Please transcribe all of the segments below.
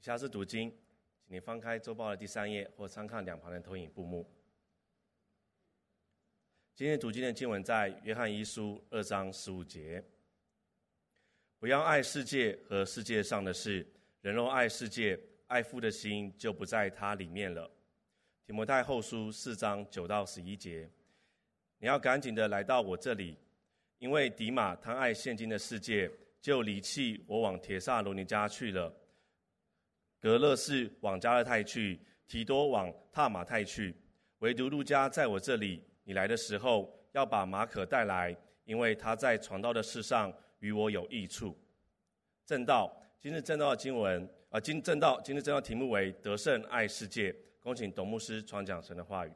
下是读经，请你翻开周报的第3页，或参看两旁的投影布幕。今天读经的经文在约翰一书2章15节。不要爱世界和世界上的事，人若爱世界，爱父的心就不在他里面了。提摩太后书4章9到11节。你要赶紧的来到我这里，因为迪马贪爱现今的世界，就离弃我往帖撒罗尼迦去了。格勒士往加勒泰去，提多往塔马泰去，唯独路加在我这里。你来的时候要把马可带来，因为他在传道的事上与我有益处。正道，今日正道的经文今日正道题目为得胜爱世界。恭请董牧师传讲神的话语。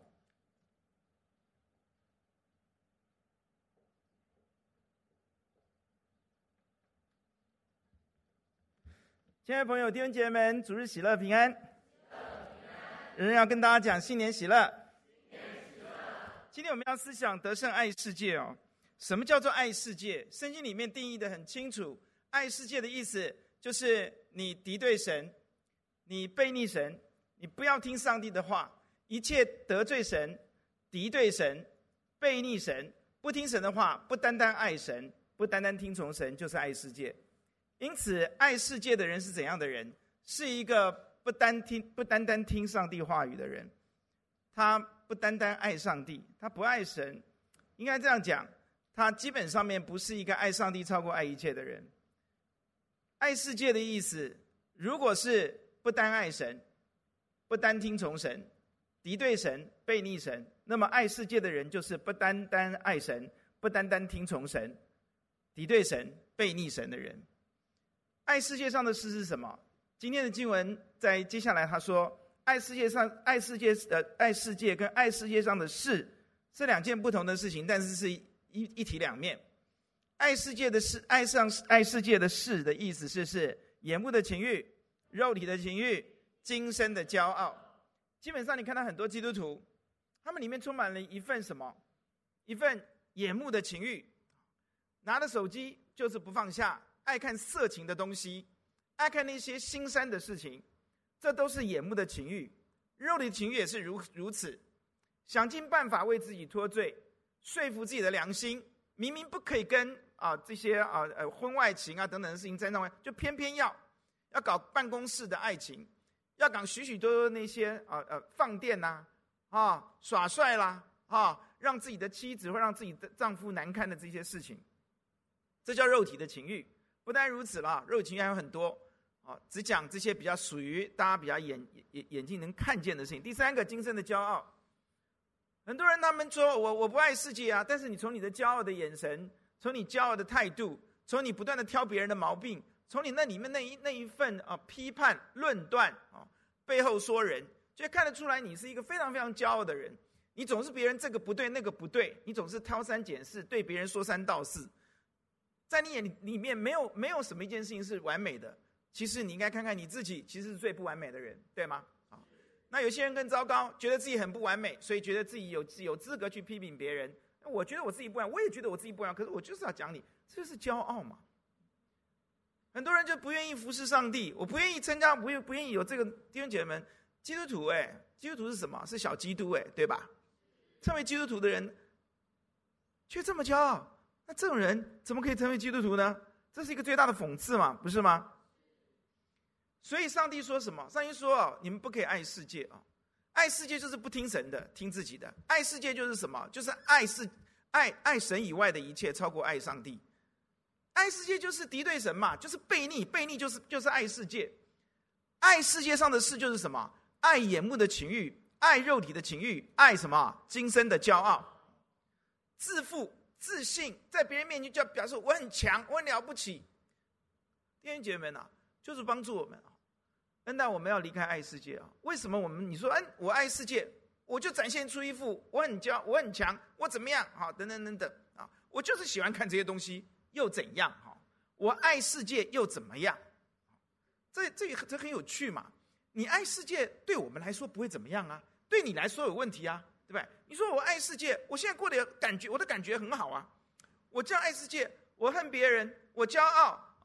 亲爱的朋友、弟兄姐妹们，主日喜乐平安。仍然要跟大家讲新年喜乐。今天我们要思想得胜爱世界哦。什么叫做爱世界？圣经里面定义的很清楚，爱世界的意思就是你敌对神，你悖逆神，你不要听上帝的话，一切得罪神、敌对神、悖逆神，不听神的话，不单单爱神，不单单听从神，就是爱世界。因此爱世界的人是怎样的人？是一个不单单听上帝话语的人。他不单单爱上帝，他不爱神。应该这样讲，他基本上面不是一个爱上帝超过爱一切的人。爱世界的意思，如果是不单爱神，不单听从神，敌对神，悖逆神，那么爱世界的人就是不单单爱神，不单单听从神，敌对神，悖逆神的人。爱世界上的事是什么？今天的经文在接下来他说，爱世界跟爱世界上的事是两件不同的事情，但是是一体两面。爱世界的事，爱世界的事的意思是眼目的情欲、肉体的情欲、今生的骄傲。基本上你看到很多基督徒，他们里面充满了一份什么？一份眼目的情欲，拿着手机就是不放下，爱看色情的东西，爱看那些腥膻的事情，这都是眼目的情欲。肉体的情欲也是如此，想尽办法为自己脱罪，说服自己的良心，明明不可以跟这些婚外情等等的事情沾上，就偏偏要搞办公室的爱情，要搞许许多多那些放电耍帅啦让自己的妻子或让自己的丈夫难堪的这些事情，这叫肉体的情欲。不单如此啦，肉体情欲还有很多只讲这些比较属于大家比较眼睛能看见的事情。第三个，今生的骄傲。很多人他们说我不爱世界但是你从你的骄傲的眼神，从你骄傲的态度，从你不断的挑别人的毛病，从你那里面那一份批判论断背后说人，就看得出来你是一个非常非常骄傲的人。你总是别人这个不对那个不对，你总是挑三拣四，对别人说三道四。在你眼里面没有什么一件事情是完美的。其实你应该看看你自己，其实是最不完美的人，对吗？那有些人更糟糕，觉得自己很不完美，所以觉得自己有资格去批评别人。我觉得我自己不完，我也觉得我自己不完，可是我就是要讲你，这就是骄傲嘛。很多人就不愿意服侍上帝，我不愿意参加，不愿意有这个。弟兄姐妹们，基督徒基督徒是什么？是小基督对吧？成为基督徒的人却这么骄傲，那这种人怎么可以成为基督徒呢？这是一个最大的讽刺嘛，不是吗？所以上帝说什么？上帝说你们不可以爱世界爱世界就是不听神的，听自己的。爱世界就是什么？就是爱神以外的一切超过爱上帝。爱世界就是敌对神嘛，就是悖逆就是爱世界。爱世界上的事就是什么？爱眼目的情欲，爱肉体的情欲，爱什么？今生的骄傲，自负自信，在别人面前就要表示我很强，我很了不起。弟兄姐妹们就是帮助我们那我们要离开爱世界为什么你说我爱世界，我就展现出一副我很骄傲，我很强，我怎么样等等等等我就是喜欢看这些东西，又怎样我爱世界又怎么样？这很有趣嘛。你爱世界对我们来说不会怎么样对你来说有问题对不对？你说我爱世界，我现在过的感觉，我的感觉很好我这样爱世界，我恨别人，我骄傲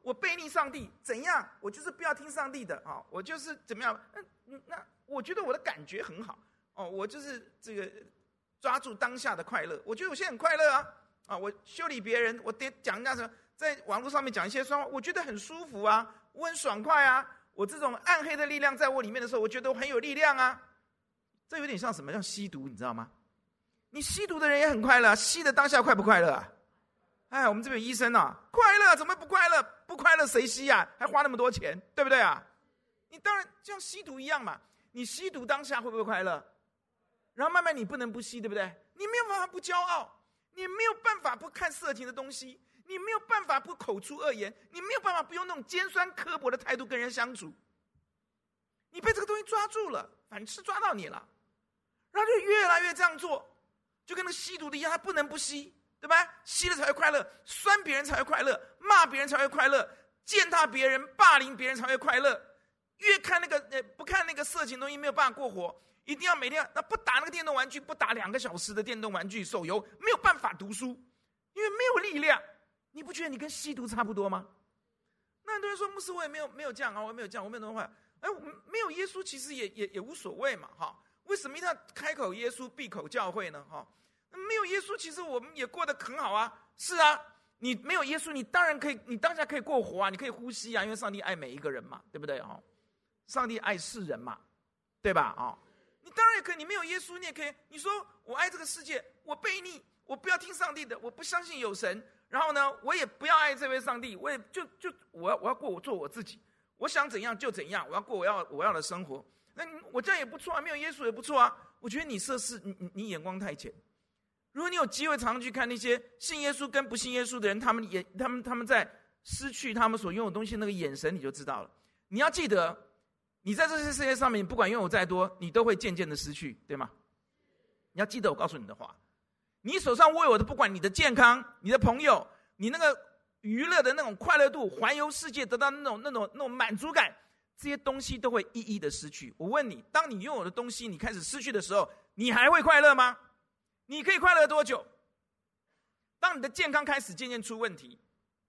我背逆上帝，怎样？我就是不要听上帝的啊，我就是怎么样？那我觉得我的感觉很好哦，我就是这个抓住当下的快乐。我觉得我现在很快乐啊，我修理别人，我讲人家什么，在网络上面讲一些酸话，我觉得很舒服啊，我很爽快啊。我这种暗黑的力量在我里面的时候，我觉得我很有力量啊。这有点像什么？像吸毒，你知道吗？你吸毒的人也很快乐，吸的当下快不快乐啊？哎，我们这边有医生啊，快乐怎么不快乐？不快乐谁吸啊？还花那么多钱，对不对啊？你当然就像吸毒一样嘛，你吸毒当下会不会快乐？然后慢慢你不能不吸，对不对？你没有办法不骄傲，你没有办法不看色情的东西，你没有办法不口出恶言，你没有办法不用那种尖酸刻薄的态度跟人相处。你被这个东西抓住了，反正抓到你了，然后就越来越这样做，就跟那个吸毒的一样，他不能不吸。对吧？吸了才会快乐，酸别人才会快乐，骂别人才会快乐，践踏别人、霸凌别人才会快乐。越看那个不看那个色情东西没有办法过活，一定要每天那不打那个电动玩具，不打2个小时的电动玩具手游，没有办法读书，因为没有力量。你不觉得你跟吸毒差不多吗？那很多人说牧师我也没有这样啊，我没有这样，我没有那么坏。哎，我们没有耶稣其实也无所谓嘛，哈。为什么一定要开口耶稣闭口教会呢？哈。没有耶稣，其实我们也过得很好啊。是啊，你没有耶稣，你当然可以，你当下可以过活啊，你可以呼吸啊，因为上帝爱每一个人嘛，对不对？哦，上帝爱世人嘛，对吧？哦，你当然也可以，你没有耶稣，你也可以。你说我爱这个世界，我悖逆，我不要听上帝的，我不相信有神，然后呢，我也不要爱这位上帝，我也我要做我自己，我想怎样就怎样，我要过我要的生活。那我这样也不错啊，没有耶稣也不错啊。我觉得你涉世，你眼光太浅。如果你有机会常常去看那些信耶稣跟不信耶稣的人，他们在失去他们所拥有的东西的那个眼神，你就知道了。你要记得，你在这些世界上面，不管拥有再多，你都会渐渐的失去，对吗？你要记得我告诉你的话，你手上握有的，不管你的健康、你的朋友、你那个娱乐的那种快乐度、环游世界得到那种满足感，这些东西都会一一的失去。我问你，当你拥有的东西你开始失去的时候，你还会快乐吗？你可以快乐多久？当你的健康开始渐渐出问题，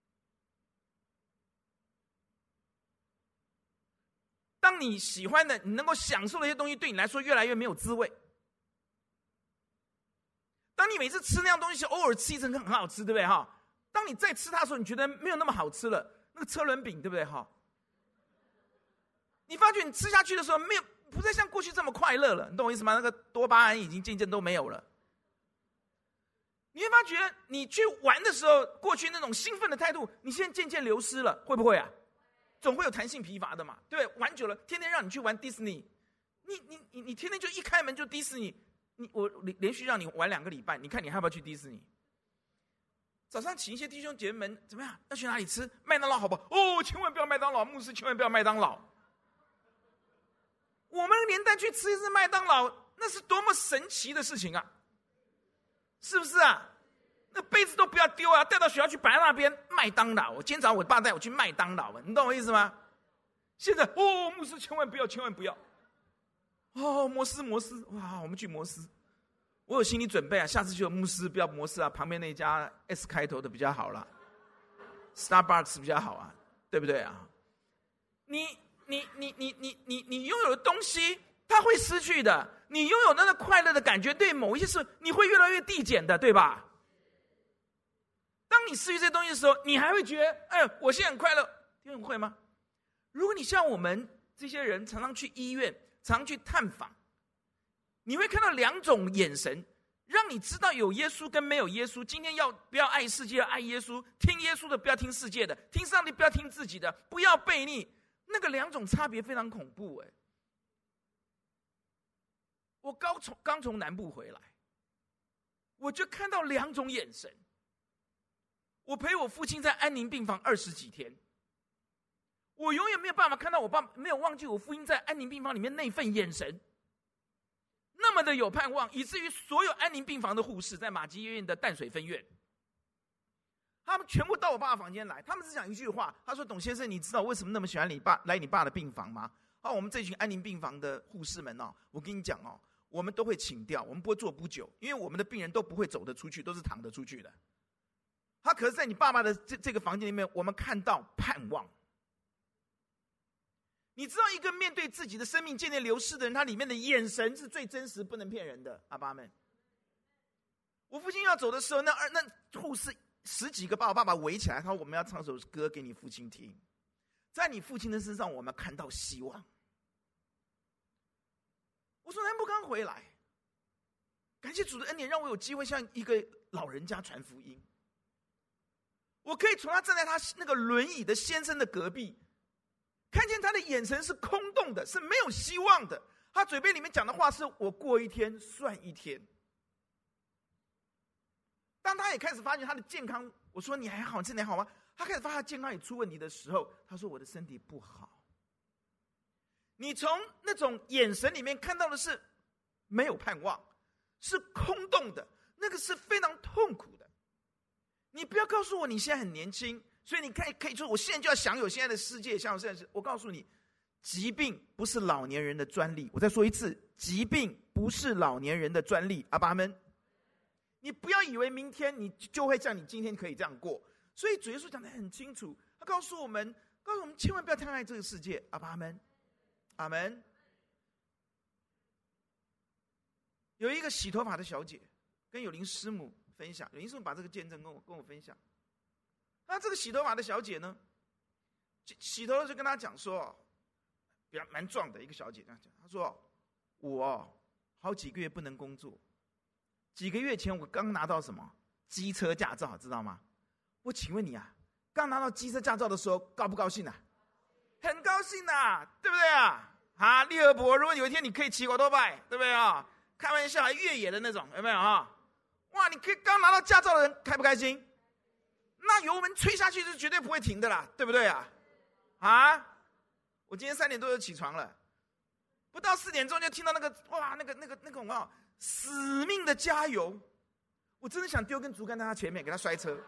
当你喜欢的、你能够享受的一些东西对你来说越来越没有滋味，当你每次吃那样东西，偶尔吃一次很好吃，对不对？哈，当你再吃它的时候，你觉得没有那么好吃了。那个车轮饼，对不对？哈，你发觉你吃下去的时候，不再像过去这么快乐了，你懂我意思吗？那个多巴胺已经渐渐都没有了。你会发觉你去玩的时候，过去那种兴奋的态度，你现在渐渐流失了，会不会啊？总会有弹性疲乏的嘛，对不对？玩久了，天天让你去玩迪士尼，你天天就一开门就迪士尼，我连续让你玩2个礼拜，你看你要不要去迪士尼？早上请一些弟兄姐妹们怎么样？要去哪里吃？麦当劳好不好？哦，千万不要麦当劳，牧师千万不要麦当劳。我们连带去吃一次麦当劳，那是多么神奇的事情啊！是不是啊？那杯子都不要丢啊，带到学校去摆在那边。麦当劳，今天早上我爸带我去麦当劳，你懂我意思吗？现在牧师千万不要，千万不要。摩斯，哇，我们去摩斯。我有心理准备啊，下次去有牧师不要摩斯啊，旁边那家 S 开头的比较好啦 ，Starbucks 比较好啊，对不对啊？你拥有的东西，它会失去的。你拥有那个快乐的感觉，对某一些事，你会越来越递减的，对吧？当你失去这些东西的时候，你还会觉得，我现在很快乐，弟兄会吗？如果你像我们这些人，常常去医院，常常去探访，你会看到2种眼神，让你知道有耶稣跟没有耶稣。今天要不要爱世界，要爱耶稣？听耶稣的，不要听世界的；听上帝，不要听自己的。不要悖逆，那个2种差别非常恐怖。我刚从南部回来，我就看到2种眼神。我陪我父亲在安宁病房20几天，我永远没有办法看到我爸，没有忘记我父亲在安宁病房里面那份眼神，那么的有盼望，以至于所有安宁病房的护士在马偕医院的淡水分院，他们全部到我爸的房间来，他们只讲一句话，他说：“董先生，你知道为什么那么喜欢来你爸的病房吗？”我们这群安宁病房的护士们我跟你讲我们都会请调，我们不会做不久，因为我们的病人都不会走得出去，都是躺得出去的。 他可是在你爸爸的这个房间里面，我们看到盼望。你知道一个面对自己的生命渐渐流逝的人，他里面的眼神是最真实，不能骗人的。阿爸们，我父亲要走的时候，那护士10几个把我爸爸围起来，他说我们要唱首歌给你父亲听。在你父亲的身上，我们看到希望。我说南部刚回来，感谢主的恩典，让我有机会向一个老人家传福音。我可以从他站在他那个轮椅的先生的隔壁，看见他的眼神是空洞的，是没有希望的。他嘴边里面讲的话是我过一天算一天。当他也开始发现他的健康，我说你还好，你身体还好吗？他开始发现他健康也出问题的时候，他说我的身体不好。你从那种眼神里面看到的是没有盼望，是空洞的，那个是非常痛苦的。你不要告诉我你现在很年轻，所以你可以说我现在就要享有现在的世界，享有现在的。我告诉你，疾病不是老年人的专利。我再说一次，疾病不是老年人的专利。阿爸们，你不要以为明天你就会像你今天可以这样过。所以主耶稣讲得很清楚，他告诉我们千万不要贪爱这个世界。阿爸们，阿门。有一个洗头发的小姐跟有灵师母分享，有灵师母把这个见证跟我分享。那这个洗头发的小姐呢，洗头的就跟她讲说，比较蛮壮的一个小姐，她说我好几个月不能工作，几个月前我刚拿到什么机车驾照，知道吗？我请问你啊，刚拿到机车驾照的时候高不高兴啊？很高兴啊，对不对啊？啊，利尔伯，如果有一天你可以骑摩托拜，对不对啊？开玩笑还越野的那种，有没有啊？哇，你可以刚拿到驾照的人开不开心？那油门吹下去是绝对不会停的啦，对不对啊？啊！我今天3点多就起床了，不到4点钟就听到那个哇，那种啊，死命的加油，我真的想丢根竹竿在他前面给他摔车。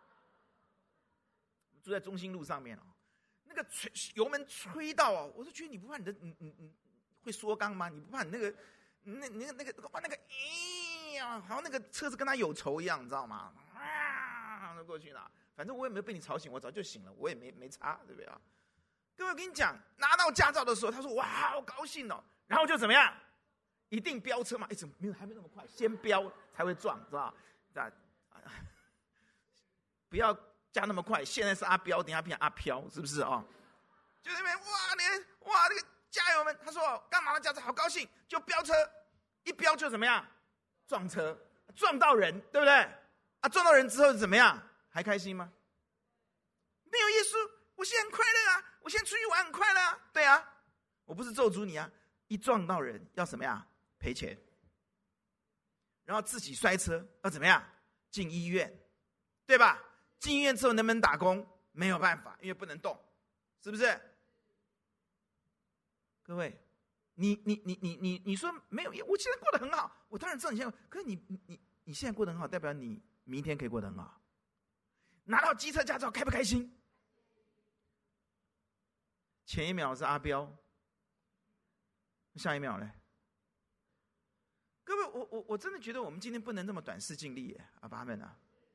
住在中心路上面哦，那个油门吹到哦，我就觉得你不怕你的你会缩缸吗？你不怕你那个好像那个车子跟他有仇一样，你知道吗？啊，就过去了。反正我也没有被你吵醒，我早就醒了，我也没差，对不对啊？各位，我跟你讲，拿到驾照的时候，他说哇，好高兴哦，然后就怎么样？一定飙车嘛？怎么还没那么快？先飙才会撞，知道吧？不要加那么快，现在是阿彪，等一下变阿飘，是不是啊？就那边哇，那个加油们，他说刚拿到驾照，好高兴，就飙车，一飙就怎么样？撞车，撞到人，对不对？啊，撞到人之后怎么样？还开心吗？没有耶稣，我现在很快乐啊，我现在出去玩很快乐啊，对啊，我不是咒诅你啊，一撞到人要什么呀？赔钱，然后自己摔车要怎么样？进医院，对吧？进医院之后能不能打工？没有办法，因为不能动，是不是？各位，你说没有？我现在过得很好，我当然知道你现在，可是你现在过得很好，代表你明天可以过得很好。拿到机车驾照开不开心？前一秒是阿彪，下一秒呢？各位，我真的觉得我们今天不能这么短视近利耶，阿爸们啊！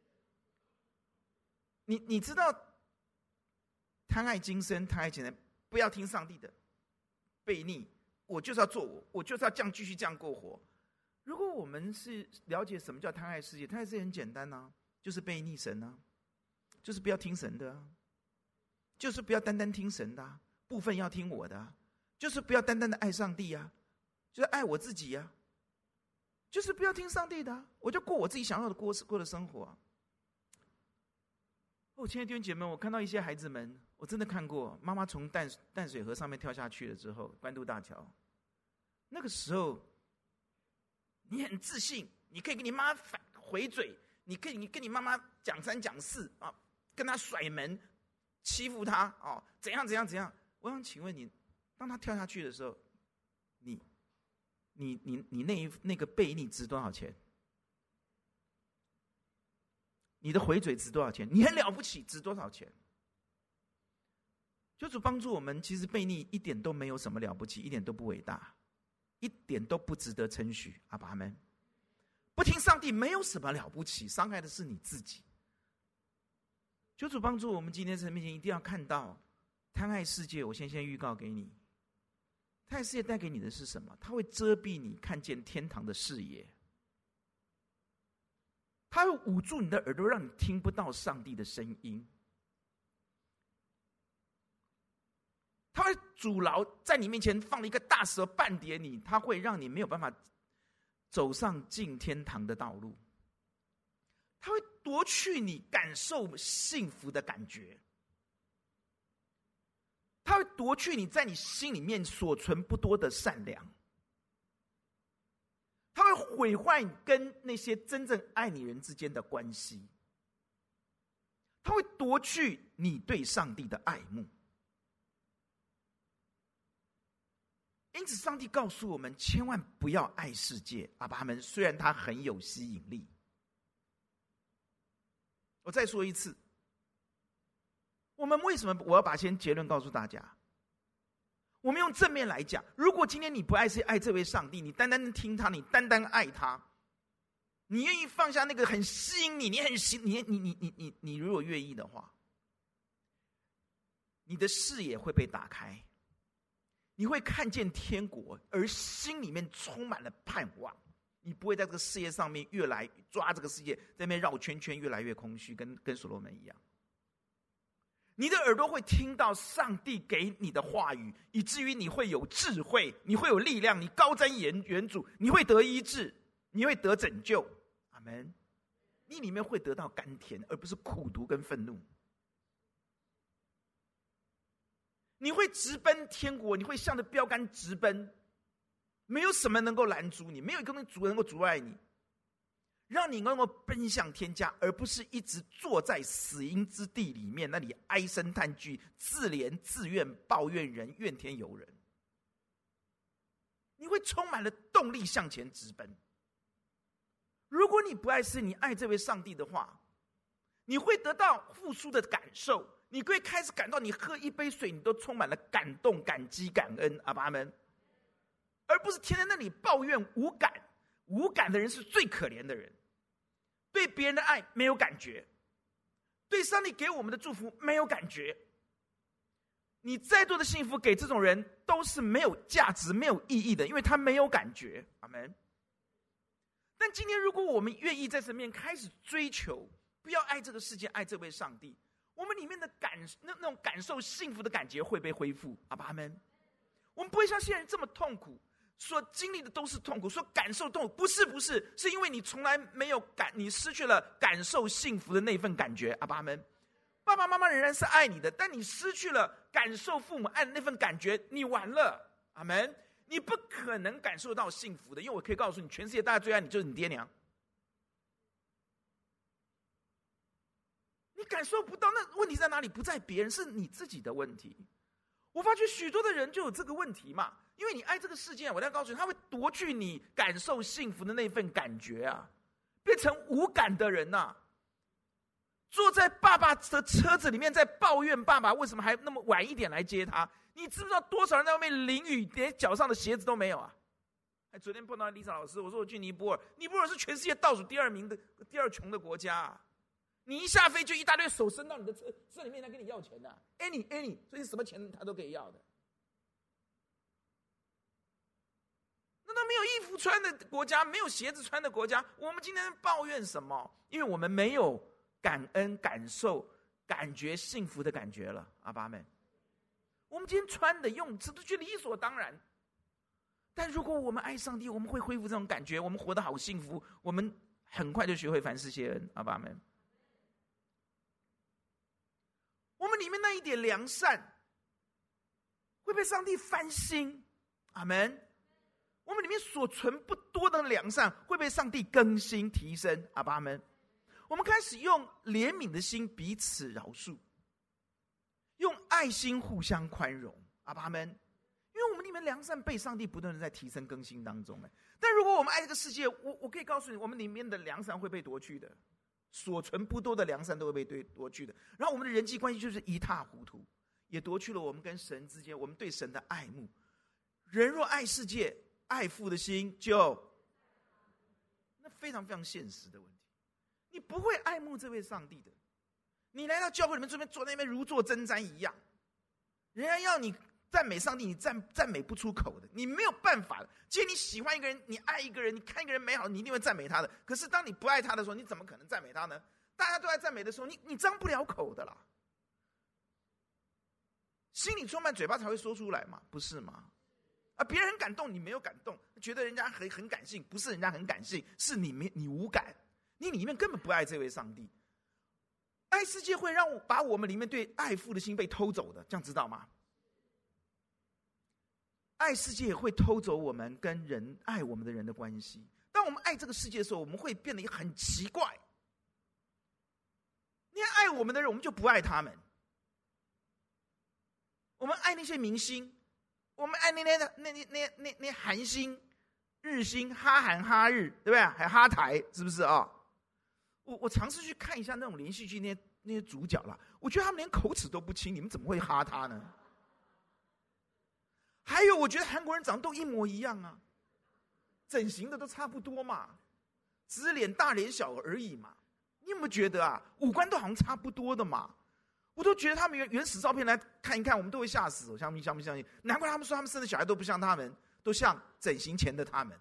你知道贪爱今生，贪爱前生，不要听上帝的悖逆，我就是要做我就是要继续这样过活。如果我们是了解什么叫贪爱世界，贪爱世界很简单啊，就是悖逆神啊，就是不要听神的啊，就是不要单单听神的啊，部分要听我的啊，就是不要单单的爱上帝啊，就是爱我自己啊，就是不要听上帝的啊，我就过我自己想要的过的生活啊。亲爱的弟兄姐妹，我看到一些孩子们，我真的看过妈妈从淡水河上面跳下去了之后，关渡大桥，那个时候你很自信，你可以跟你妈回嘴，你跟你妈妈讲三讲四啊，跟她甩门，欺负她哦，怎样。我想请问你，当她跳下去的时候，你那个悖逆值多少钱？你的回嘴值多少钱？你很了不起，值多少钱？求主帮助我们，其实悖逆一点都没有什么了不起，一点都不伟大，一点都不值得称许。阿爸们，不听上帝没有什么了不起，伤害的是你自己。 求主帮助我们今天神面前一定要看到贪爱世界。我先预告给你，贪爱世界带给你的是什么？它会遮蔽你看见天堂的视野，它会捂住你的耳朵，让你听不到上帝的声音，它会阻挠在你面前放了一个大石头绊跌你，它会让你没有办法走上进天堂的道路，它会夺去你感受幸福的感觉，它会夺去你在你心里面所存不多的善良，它会毁坏你跟那些真正爱你人之间的关系，它会夺去你对上帝的爱慕。因此上帝告诉我们千万不要爱世界。阿爸们，虽然它很有吸引力，我再说一次，我们为什么我要把结论告诉大家？我们用正面来讲，如果今天你不爱这位上帝，你单单听他，你单单爱他，你愿意放下那个很吸引你，你如果愿意的话，你的视野会被打开，你会看见天国，而心里面充满了盼望。你不会在这个世界上面越来抓这个世界，在那边绕圈圈，越来越空虚，跟所罗门一样。你的耳朵会听到上帝给你的话语，以至于你会有智慧，你会有力量，你高瞻远瞩，你会得医治，你会得拯救。阿们。你里面会得到甘甜，而不是苦毒跟愤怒。你会直奔天国，你会向着标杆直奔，没有什么能够拦阻你，没有一个能够阻碍你，让你能够奔向天家，而不是一直坐在死荫之地里面，那里唉声叹气，自怜自怨，抱怨人，怨天尤人。你会充满了动力向前直奔。如果你不爱世，你爱这位上帝的话，你会得到复苏的感受，你会开始感到你喝一杯水，你都充满了感动、感激、感恩。阿爸们，而不是天天那里抱怨无感。无感的人是最可怜的人，对别人的爱没有感觉，对上帝给我们的祝福没有感觉。你再多的幸福给这种人都是没有价值、没有意义的，因为他没有感觉。阿们。但今天如果我们愿意在神面前开始追求，不要爱这个世界，爱这位上帝，我们里面的那种感受幸福的感觉会被恢复。阿爸们，我们不会像现在人这么痛苦，所经历的都是痛苦，所感受痛苦，不是，是因为你从来没有你失去了感受幸福的那份感觉。阿爸们，爸爸妈妈仍然是爱你的，但你失去了感受父母爱的那份感觉，你完了。阿们，你不可能感受到幸福的，因为我可以告诉你，全世界大家最爱你就是你爹娘。你感受不到，那问题在哪里？不在别人，是你自己的问题。我发觉许多的人就有这个问题嘛，因为你爱这个世界，我要告诉你，他会夺去你感受幸福的那份感觉啊，变成无感的人啊，坐在爸爸的车子里面在抱怨爸爸为什么还那么晚一点来接他。你知不知道多少人在外面淋雨，连脚上的鞋子都没有啊？昨天碰到丽莎老师，我说我去尼泊尔，尼泊尔是全世界倒数第二穷的国家啊。你一下飞就一大堆手伸到你的车里面来跟你要钱的，any，所以什么钱他都可以要的。那都没有衣服穿的国家，没有鞋子穿的国家，我们今天抱怨什么？因为我们没有感恩、感受、感觉幸福的感觉了。阿爸们，我们今天穿的、用吃都觉得理所当然。但如果我们爱上帝，我们会恢复这种感觉，我们活得好幸福，我们很快就学会凡事谢恩。阿爸们。我们里面那一点良善会被上帝翻新。阿们。我们里面所存不多的良善会被上帝更新提升。阿爸们。我们开始用怜悯的心彼此饶恕，用爱心互相宽容。阿爸们。因为我们里面良善被上帝不断的在提升更新当中。但如果我们爱这个世界，我可以告诉你，我们里面的良善会被夺去的，所存不多的良善都会被夺去的，然后我们的人际关系就是一塌糊涂，也夺去了我们跟神之间我们对神的爱慕。人若爱世界，爱父的心就那非常非常现实的问题。你不会爱慕这位上帝的， 你来到教会里面这边坐那边如坐针毡一样，人家要你赞美上帝，你赞美不出口的，你没有办法的。既然你喜欢一个人，你爱一个人，你看一个人美好，你一定会赞美他的。可是当你不爱他的时候，你怎么可能赞美他呢？大家都在赞美的时候，你张不了口的啦。心里充满，嘴巴才会说出来嘛，不是吗？别人很感动，你没有感动，觉得人家很感性，不是人家很感性，是你无感，你里面根本不爱这位上帝。爱世界会让把我们里面对爱父的心被偷走的，这样知道吗？爱世界会偷走我们跟人爱我们的人的关系。当我们爱这个世界的时候，我们会变得很奇怪。那些爱我们的人，我们就不爱他们。我们爱那些明星，我们爱那韩星、日星、哈韩、哈日，对不对？还哈台，是不是啊？我尝试去看一下那种连续剧那些主角啦，我觉得他们连口齿都不清，你们怎么会哈他呢？还有，我觉得韩国人长得都一模一样啊，整形的都差不多嘛，只是脸大脸小而已嘛。你有没有觉得啊，五官都好像差不多的嘛？我都觉得他们原始照片来看一看，我们都会吓死。相不相信？难怪他们说他们生的小孩都不像他们，都像整形前的他们。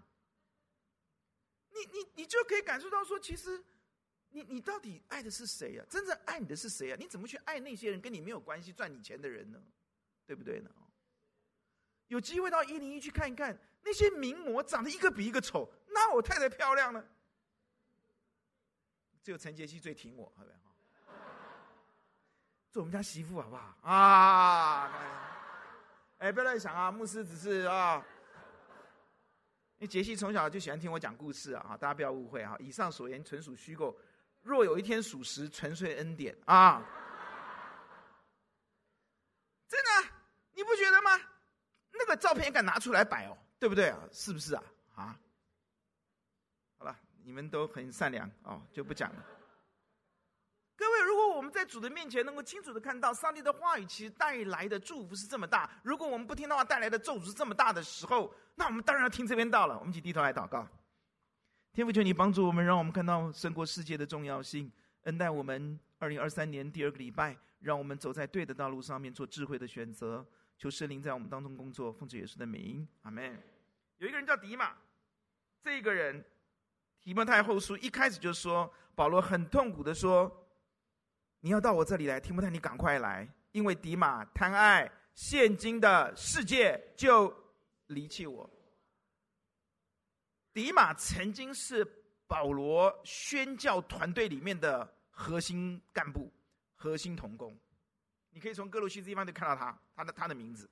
你就可以感受到说，其实你到底爱的是谁啊？真正爱你的是谁啊？你怎么去爱那些人跟你没有关系赚你钱的人呢？对不对呢？有机会到101去看一看，那些名模长得一个比一个丑，那我太太漂亮了。只有陈杰希最挺我，好不好？做我们家媳妇好不好啊？不要乱想啊，牧师只是啊，因为杰西从小就喜欢听我讲故事啊，大家不要误会啊。以上所言纯属虚构，若有一天属实，纯粹恩典啊！真的，你不觉得吗？那个照片也敢拿出来摆哦，对不对啊？是不是啊？啊，好了，你们都很善良哦，就不讲了。各位，如果我们在主的面前能够清楚的看到上帝的话语其实带来的祝福是这么大，如果我们不听到话带来的咒诅是这么大的时候，那我们当然要听这边道了。我们一起低头来祷告。天父，求你帮助我们，让我们看到胜过世界的重要性，恩待我们2023年第2个礼拜，让我们走在对的道路上面，做智慧的选择。求圣灵在我们当中工作，奉主耶稣的名，阿们。有一个人叫迪马，这个人提摩太后书一开始就说，保罗很痛苦的说，你要到我这里来，提摩太你赶快来，因为迪马贪爱现今的世界，就离弃我。迪马曾经是保罗宣教团队里面的核心干部、核心同工，你可以从哥罗西这地方就看到他的名字。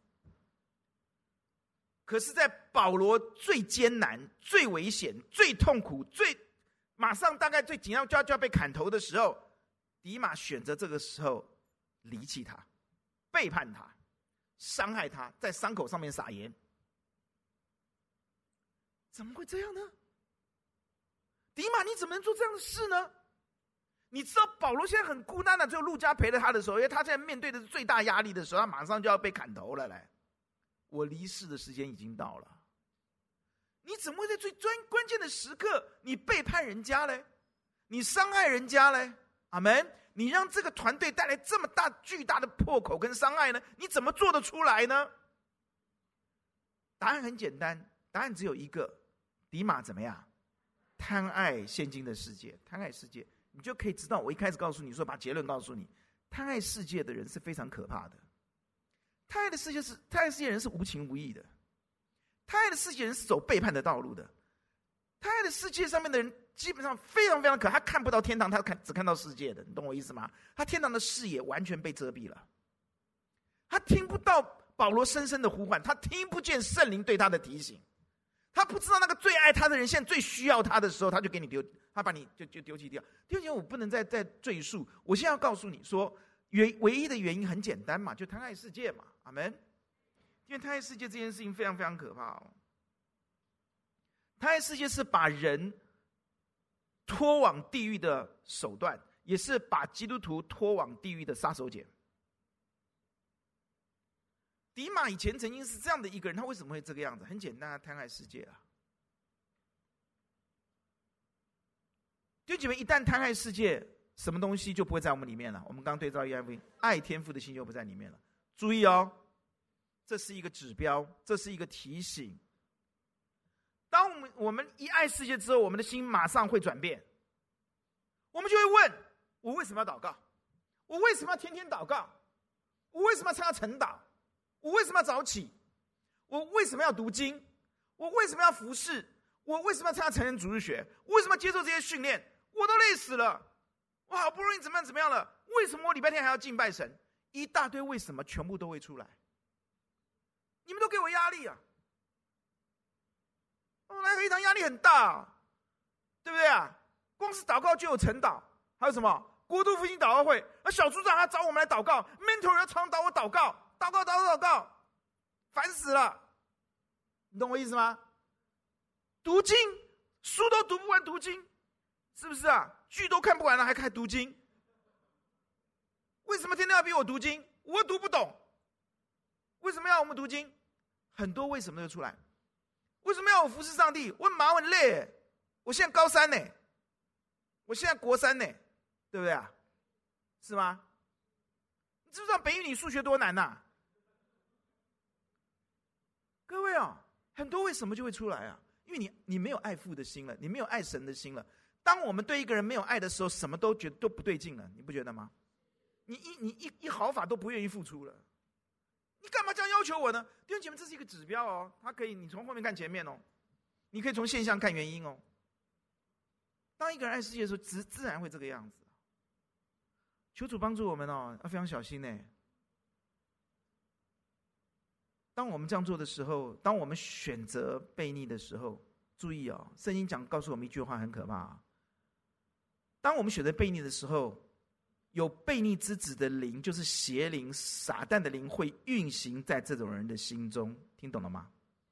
可是在保罗最艰难、最危险、最痛苦、马上大概最紧要就要被砍头的时候，迪马选择这个时候离弃他，背叛他，伤害他，在伤口上面撒盐。怎么会这样呢？迪马，你怎么能做这样的事呢？你知道保罗现在很孤单的，只有路加陪了他的时候，因为他现在面对的是最大压力的时候，他马上就要被砍头了。来，我离世的时间已经到了。你怎么会在最关键的时刻，你背叛人家嘞？你伤害人家嘞？阿们！你让这个团队带来这么巨大的破口跟伤害呢？你怎么做得出来呢？答案很简单，答案只有一个：迪马怎么样？贪爱现今的世界，贪爱世界。你就可以知道，我一开始告诉你说，把结论告诉你，贪爱世界的人是非常可怕的。贪爱的世界人是无情无义的，贪爱的世界人是走背叛的道路的。贪爱的世界上面的人基本上非常非常可怕，他看不到天堂，他只看到世界的，你懂我意思吗？他天堂的视野完全被遮蔽了，他听不到保罗深深的呼唤，他听不见圣灵对他的提醒，他不知道那个最爱他的人现在最需要他的时候，他就给你丢，他把你就丢弃掉。丢弃我不能再赘述，我现在要告诉你说，唯一的原因很简单嘛，就贪爱世界嘛，阿们。因为贪爱世界这件事情非常非常可怕哦。贪爱世界是把人拖往地狱的手段，也是把基督徒拖往地狱的杀手锏。迪马以前曾经是这样的一个人，他为什么会这个样子？很简单啊，贪爱世界啊。弟兄姐妹，一旦贪爱世界， 什么东西就不会在我们里面了？我们刚对照约翰福音，爱天父的心就不在里面了。注意哦，这是一个指标，这是一个提醒。当我们一爱世界之后，我们的心马上会转变，我们就会问：我为什么要祷告？我为什么要天天祷告？我为什么要参加晨祷？我为什么要早起？我为什么要读经？我为什么要服侍？我为什么要参加成人主日学？我为什么要接受这些训练？我都累死了，我好不容易怎么样了？为什么我礼拜天还要敬拜神？一大堆为什么全部都会出来。你们都给我压力啊！来合一堂压力很大，对不对啊？光是祷告就有晨祷，还有什么国度复兴祷告会？小组长还找我们来祷告 ，mentor 要常祷我祷告，烦死了！你懂我意思吗？读经，书都读不完，读经，是不是啊？剧都看不完了，还开读经？为什么天天要逼我读经？我读不懂。为什么要我们读经？很多为什么就出来。为什么要我服侍上帝？我很忙，我很累。我现在高三呢，我现在国三呢，对不对啊？是吗？你知不知道北语你数学多难呐？各位啊，很多为什么就会出来啊？因为你没有爱父的心了，你没有爱神的心了。当我们对一个人没有爱的时候，什么都觉得都不对劲了，你不觉得吗？你一毫法都不愿意付出了。你干嘛这样要求我呢？弟兄姐妹，这是一个指标哦，它可以你从后面看前面哦，你可以从现象看原因哦。当一个人爱世界的时候，自然会这个样子。求主帮助我们哦，要非常小心呢。当我们这样做的时候，当我们选择悖逆的时候，注意哦，圣经告诉我们一句话很可怕啊。当我们选择悖逆的时候，有悖逆之子的灵，就是邪灵、撒旦的灵，会运行在这种人的心中。听懂了吗？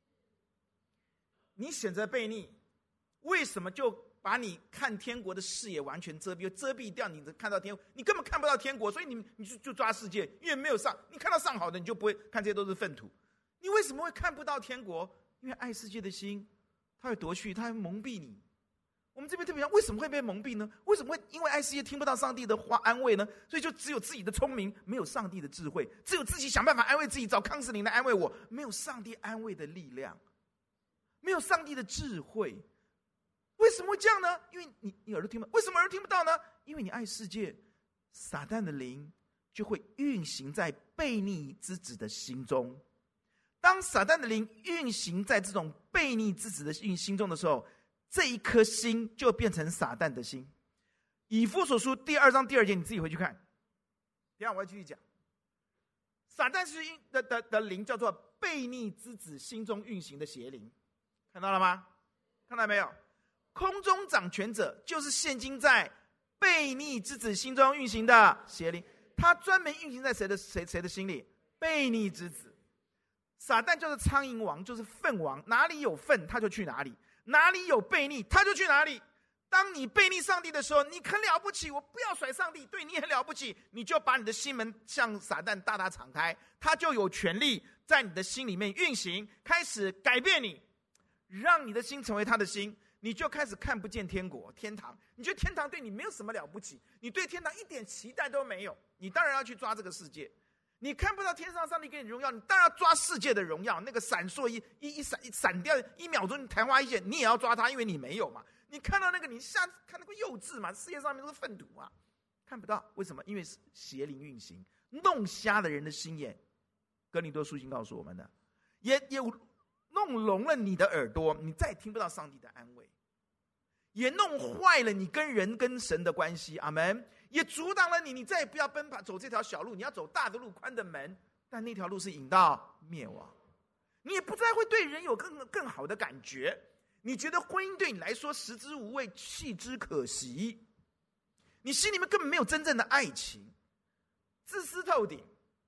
你选择悖逆，为什么就把你看天国的视野完全遮蔽掉？你看到天国，你根本看不到天国，所以你就抓世界，因为没有上。你看到上好的，你就不会看这些都是粪土。你为什么会看不到天国？因为爱世界的心，它会夺去，它会蒙蔽你。我们这边特别讲，为什么会被蒙蔽呢？为什么会因为爱世界听不到上帝的话安慰呢？所以就只有自己的聪明，没有上帝的智慧，只有自己想办法安慰自己，找康斯林来安慰我，没有上帝安慰的力量，没有上帝的智慧。为什么会这样呢？因为你耳朵听不到。为什么耳朵听不到呢？因为你爱世界，撒旦的灵就会运行在悖逆之子的心中。当撒旦的灵运行在这种悖逆之子的心中的时候，这一颗心就变成撒旦的心。以弗所书第2章第2节，你自己回去看。等一下我要继续讲。撒旦是的灵叫做悖逆之子心中运行的邪灵，看到了吗？看到没有？空中掌权者就是现今在悖逆之子心中运行的邪灵，他专门运行在谁的心里？悖逆之子。撒旦就是苍蝇王，就是粪王，哪里有粪他就去哪里，哪里有悖逆他就去哪里。当你悖逆上帝的时候，你很了不起，我不要甩上帝，对你很了不起，你就把你的心门向撒旦大大敞开，他就有权利在你的心里面运行，开始改变你，让你的心成为他的心，你就开始看不见天国天堂，你觉得天堂对你没有什么了不起，你对天堂一点期待都没有，你当然要去抓这个世界。你看不到天上上帝给你荣耀，你当然要抓世界的荣耀，那个闪烁一闪掉1秒钟昙花一现，你也要抓它，因为你没有嘛。你看到那个，你看那个幼稚嘛，世界上面都是粪土嘛，看不到。为什么？因为邪灵运行，弄瞎了人的心眼。哥林多书信告诉我们的，也弄聋了你的耳朵，你再也听不到上帝的安慰，也弄坏了你跟人跟神的关系。阿们。也阻挡了你再也不要走这条小路，你要走大的路，宽的门，但那条路是引到灭亡。你也不再会对人有更好的感觉，你觉得婚姻对你来说食之无味，弃之可惜，你心里面根本没有真正的爱情，自私透顶。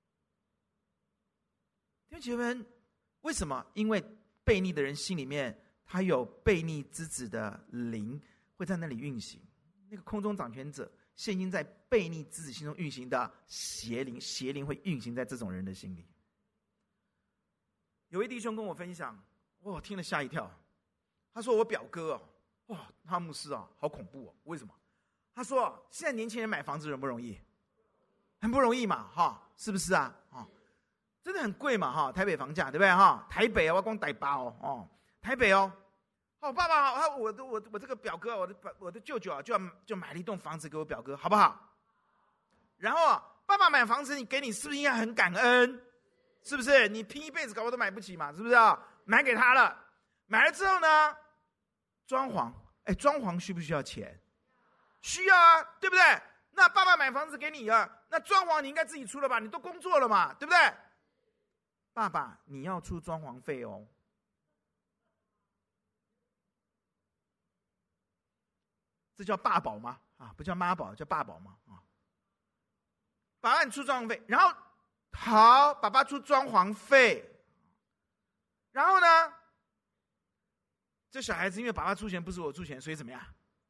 弟兄姐妹们，为什么？因为悖逆的人心里面他有悖逆之子的灵会在那里运行，那个空中掌权者现今在悖逆之子心中运行的邪灵会运行在这种人的心里。有位弟兄跟我分享，哇，听了吓一跳。他说我表哥他牧师好恐怖。为什么？ 他说现在年轻人买房子容不容易？很不容易嘛，是不是啊？真的很贵嘛，台北房价对不对？台北我光台北台北爸爸我这个表哥，我的舅舅啊，就买了一栋房子给我表哥，好不好？然后爸爸买房子，给你是不是应该很感恩？是不是？你拼一辈子搞我都买不起嘛，是不是啊？买给他了，买了之后呢，装潢，装潢需不需要钱？需要啊，对不对？那爸爸买房子给你啊，那装潢你应该自己出了吧？你都工作了嘛，对不对？爸爸，你要出装潢费哦。这叫爸宝吗？不叫妈宝，叫爸宝吗？爸爸你出装潢费，然后好，爸爸出装潢费，然后呢，这小孩子因为爸爸出钱不是我出钱，所以怎么样？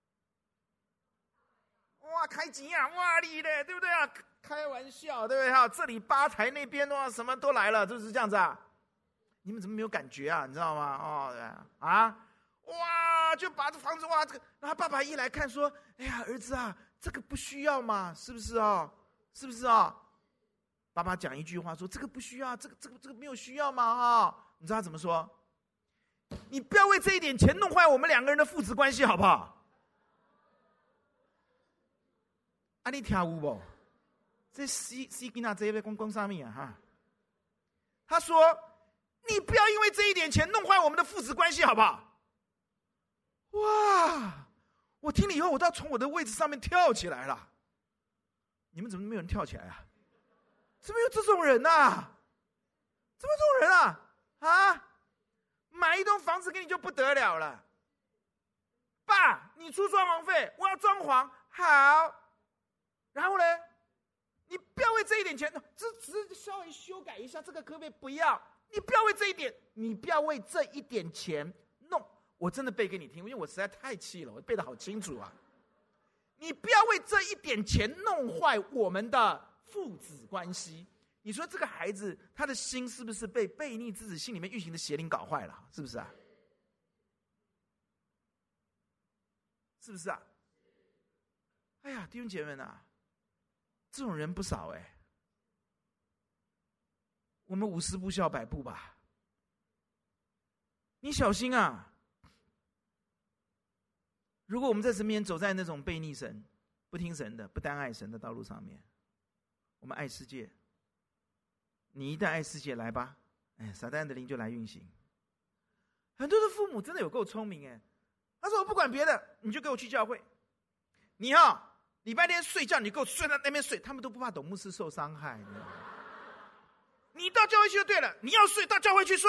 哇，开钱啊，哇你嘞，对不对啊？开玩笑，对不对？这里吧台那边哇，什么都来了，就是这样子啊。你们怎么没有感觉啊？你知道吗？哇，就把这房子哇，这个，然后爸爸一来看说，哎呀，儿子啊，这个不需要嘛，是不是啊？是不是啊？爸爸讲一句话说，这个不需要，这个没有需要嘛，你知道他怎么说？你不要为这一点钱弄坏我们两个人的父子关系，好不好？你听有不？这西吉娜这一辈公上面啊他说，你不要因为这一点钱弄坏我们的父子关系，好不好？哇！我听了以后，我都要从我的位置上面跳起来了。你们怎么没有人跳起来啊？怎么有这种人啊？怎么这种人啊？买一栋房子给你就不得了了。爸，你出装潢费，我要装潢，好。然后呢，你不要为这一点钱，只稍微修改一下，这个可不可以不要？你不要为这一点，你不要为这一点钱弄。我真的背给你听，因为我实在太气了，我背得好清楚啊！你不要为这一点钱弄坏我们的父子关系。你说这个孩子他的心是不是被悖逆之子心里面运行的邪灵搞坏了？是不是啊？是不是啊？哎呀，弟兄姐妹们啊，这种人不少我们50步笑100步吧，你小心啊！如果我们在身边走在那种悖逆神、不听神的、不单爱神的道路上面，我们爱世界。你一旦爱世界，来吧，撒旦的灵就来运行。很多的父母真的有够聪明他说我不管别的，你就给我去教会。你礼拜天睡觉，你给我睡在那边睡，他们都不怕董牧师受伤害。你到教会去就对了，你要睡到教会去睡。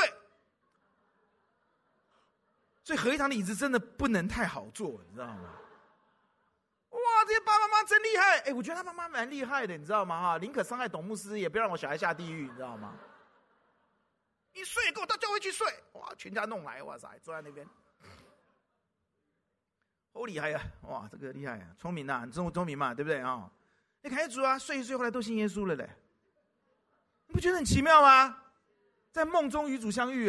所以合一堂的椅子真的不能太好坐，你知道吗？哇，这些爸爸妈妈真厉害！我觉得他妈妈蛮厉害的，你知道吗？宁可伤害董牧师，也不要让我小孩下地狱，你知道吗？你睡，给我到教会去睡！哇，全家弄来，哇塞，坐在那边，好厉害呀！哇，这个厉害啊，聪明啊，聪明嘛，对不对啊？你看主啊，睡一睡，后来都信耶稣了嘞，你不觉得很奇妙吗？在梦中与主相遇，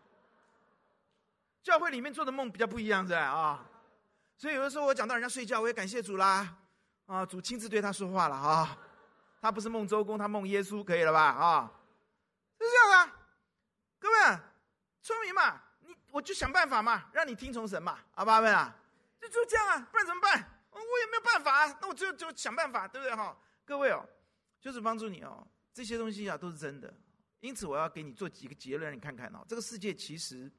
教会里面做的梦比较不一样，是吧？所以有的时候我讲到人家睡觉，我也感谢主啦，主亲自对他说话了他不是梦周公，他梦耶稣，可以了吧？是这样各位聪明嘛，我就想办法嘛，让你听从神嘛，阿爸们就这样不然怎么办？我也没有办法那我就想办法，对不对各位就是帮助你这些东西都是真的，因此我要给你做几个结论，让你看看这个世界其实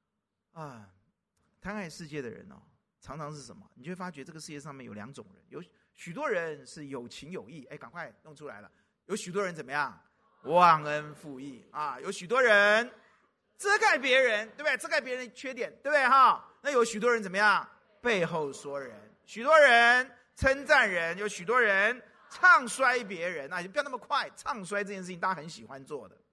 贪爱世界的人常常是什么？你就会发觉这个世界上面有2种人，有许多人是有情有义，赶快弄出来了；有许多人怎么样？忘恩负义有许多人遮盖别人，对不对？遮盖别人的缺点，对不对那有许多人怎么样？背后说人，许多人称赞人，有许多人唱衰别人你不要那么快，唱衰这件事情大家很喜欢做的。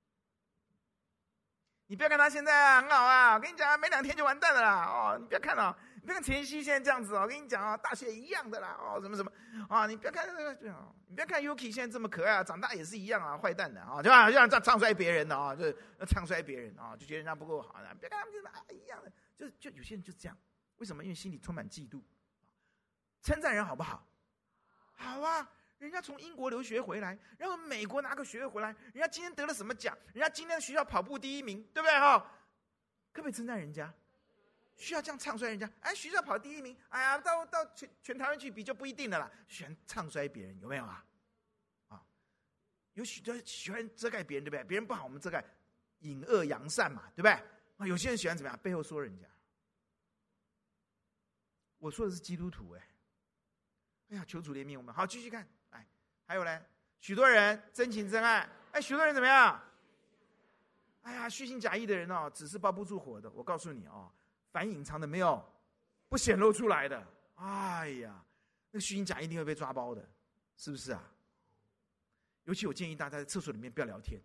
你不要看他现在很好我跟你讲没2天就完蛋了啦你不要看你不要看田曦现在这样子我跟你讲大学一样的啦什么什么你不要看你不要看 Yuki 现在这么可爱长大也是一样坏蛋的就好像唱衰别人的就是唱衰别人就觉得人家不够好不要看他们一样的就有些人就这样，为什么？因为心里充满嫉妒。 称赞人好不好？好啊，人家从英国留学回来，然后美国拿个学位回来，人家今天得了什么奖？人家今天学校跑步第1名，对不对哈？可不可以称赞人家？需要这样唱衰人家？哎，学校跑第1名，哎呀，到全台湾去比就不一定了啦。喜欢唱衰别人，有没有啊？啊，有许多喜欢遮盖别人，对不对？别人不好，我们遮盖，隐恶扬善嘛，对不对？啊，有些人喜欢怎么样？背后说人家。我说的是基督徒，哎呀，求主怜悯我们。好，继续看，哎，还有呢，许多人真情真爱，哎，许多人怎么样？哎呀，虚情假意的人哦，纸是包不住火的。我告诉你哦，凡隐藏的没有不显露出来的。哎呀，那个虚情假意一定会被抓包的，是不是啊？尤其我建议大家在厕所里面不要聊天，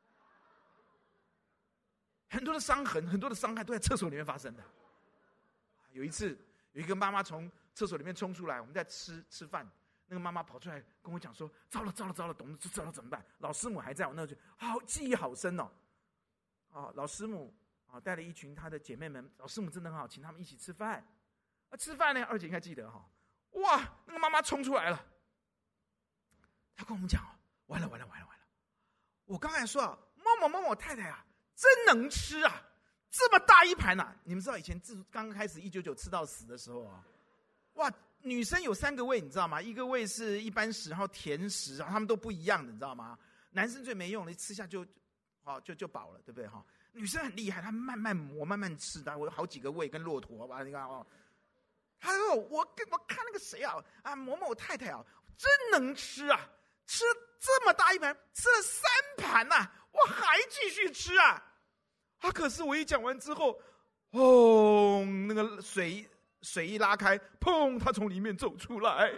很多的伤痕、很多的伤害都在厕所里面发生的。有一次，有一个妈妈从厕所里面冲出来，我们在吃饭，那个妈妈跑出来跟我讲说：“糟了，懂知道怎么办？”老师母还在，我那就好记忆好深哦。老师母带了一群她的姐妹们，老师母真的很好，请他们一起吃饭。吃饭呢，二姐应该记得哈。哇，那个妈妈冲出来了，她跟我们讲：“完了！我刚才说某某太太啊，真能吃啊！”这么大一盘啊！你们知道以前刚开始199吃到死的时候啊，哇，女生有3个胃，你知道吗？一个胃是一般食，然后甜食，然后他们都不一样的，你知道吗？男生最没用的，吃下就饱了，对不对哈？女生很厉害，她慢慢磨，慢慢吃的。我有好几个胃跟骆驼吧，你看哦。他说我看那个谁啊某某太太啊，真能吃啊，吃这么大一盘，吃了3盘呐，我还继续吃啊。可是我一讲完之后，那个水一拉开，砰，他从里面走出来。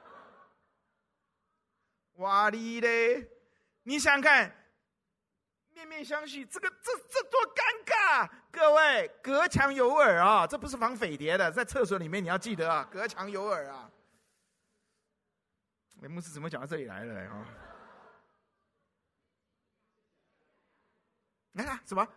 哇哩嘞！你想想看，面面相觑，这多尴尬！各位，隔墙有耳啊，这不是防匪谍的，在厕所里面你要记得啊，隔墙有耳啊。牧师怎么讲到这里来了啊？你看什么？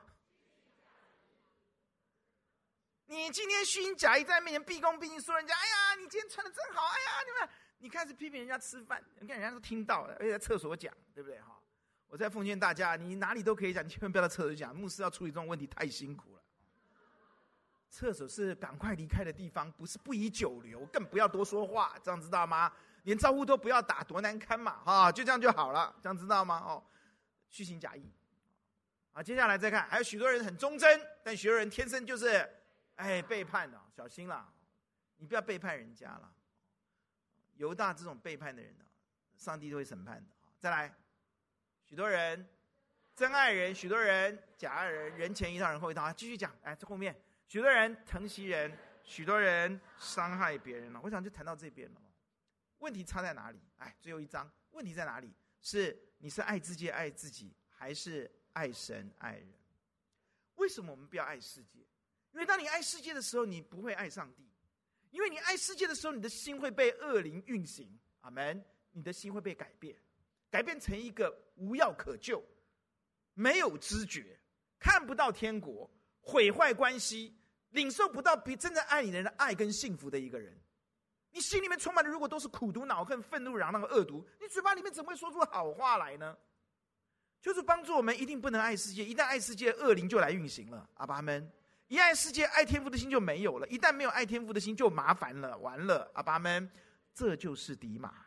你今天虚情假意在面前毕恭毕敬说人家，哎呀，你今天穿的真好，哎呀，你开始批评人家吃饭，你看人家都听到了，而且在厕所讲，对不对哈？我在奉劝大家，你哪里都可以讲，你千万不要在厕所讲，牧师要处理这种问题太辛苦了。厕所是赶快离开的地方，不是不宜久留，更不要多说话，这样知道吗？连招呼都不要打，多难堪嘛，就这样就好了，这样知道吗？虚情假意。接下来再看，还有许多人很忠贞，但许多人天生就是背叛了，小心了，你不要背叛人家了。犹大这种背叛的人上帝都会审判的。再来，许多人真爱人，许多人假爱人，人前一套人后一套。继续讲，这后面许多人疼惜人，许多人伤害别人了。我想就谈到这边了。问题差在哪里？最后一章，问题在哪里？是你是爱自己爱自己，还是爱神爱人？为什么我们不要爱世界？因为当你爱世界的时候，你不会爱上帝。因为你爱世界的时候，你的心会被恶灵运行。阿们，你的心会被改变，改变成一个无药可救、没有知觉、看不到天国、毁坏关系、领受不到比真正爱你的人的爱跟幸福的一个人。你心里面充满的如果都是苦毒、恼恨、愤怒、嚷嚷和恶毒，你嘴巴里面怎么会说出好话来呢？就是帮助我们一定不能爱世界，一旦爱世界，恶灵就来运行了。阿爸们，一爱世界，爱天父的心就没有了；一旦没有爱天父的心，就麻烦了，完了。阿爸们，这就是底马。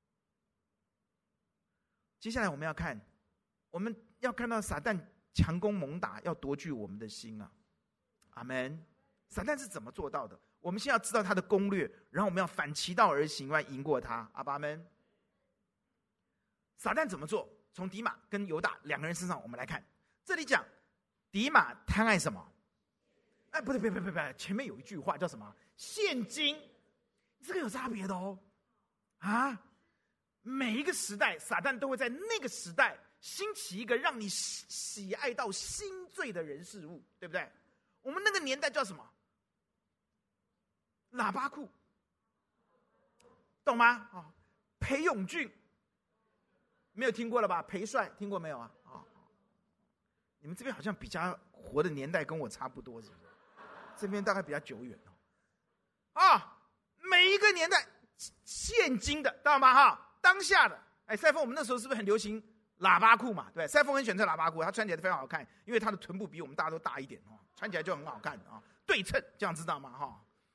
接下来我们要看到撒旦强攻猛打，要夺据我们的心啊！阿们。撒旦是怎么做到的？我们先要知道他的攻略，然后我们要反其道而行，来赢过他。阿爸们，撒旦怎么做？从底马跟犹大2个人身上，我们来看。这里讲底马贪爱什么？不对，前面有一句话叫什么？现今，这个有差别的哦。每一个时代，撒旦都会在那个时代兴起一个让你喜爱到心醉的人事物，对不对？我们那个年代叫什么？喇叭裤，懂吗？裴勇俊，没有听过了吧？裴帅听过没有啊？你们这边好像比较活的年代跟我差不多，是不是？这边大概比较久远每一个年代现今的，知道吗？哈，当下的。赛凤我们那时候是不是很流行喇叭裤嘛？对，赛凤很喜欢穿喇叭裤，他穿起来非常好看，因为他的臀部比我们大家都大一点，穿起来就很好看啊，对称，这样知道吗？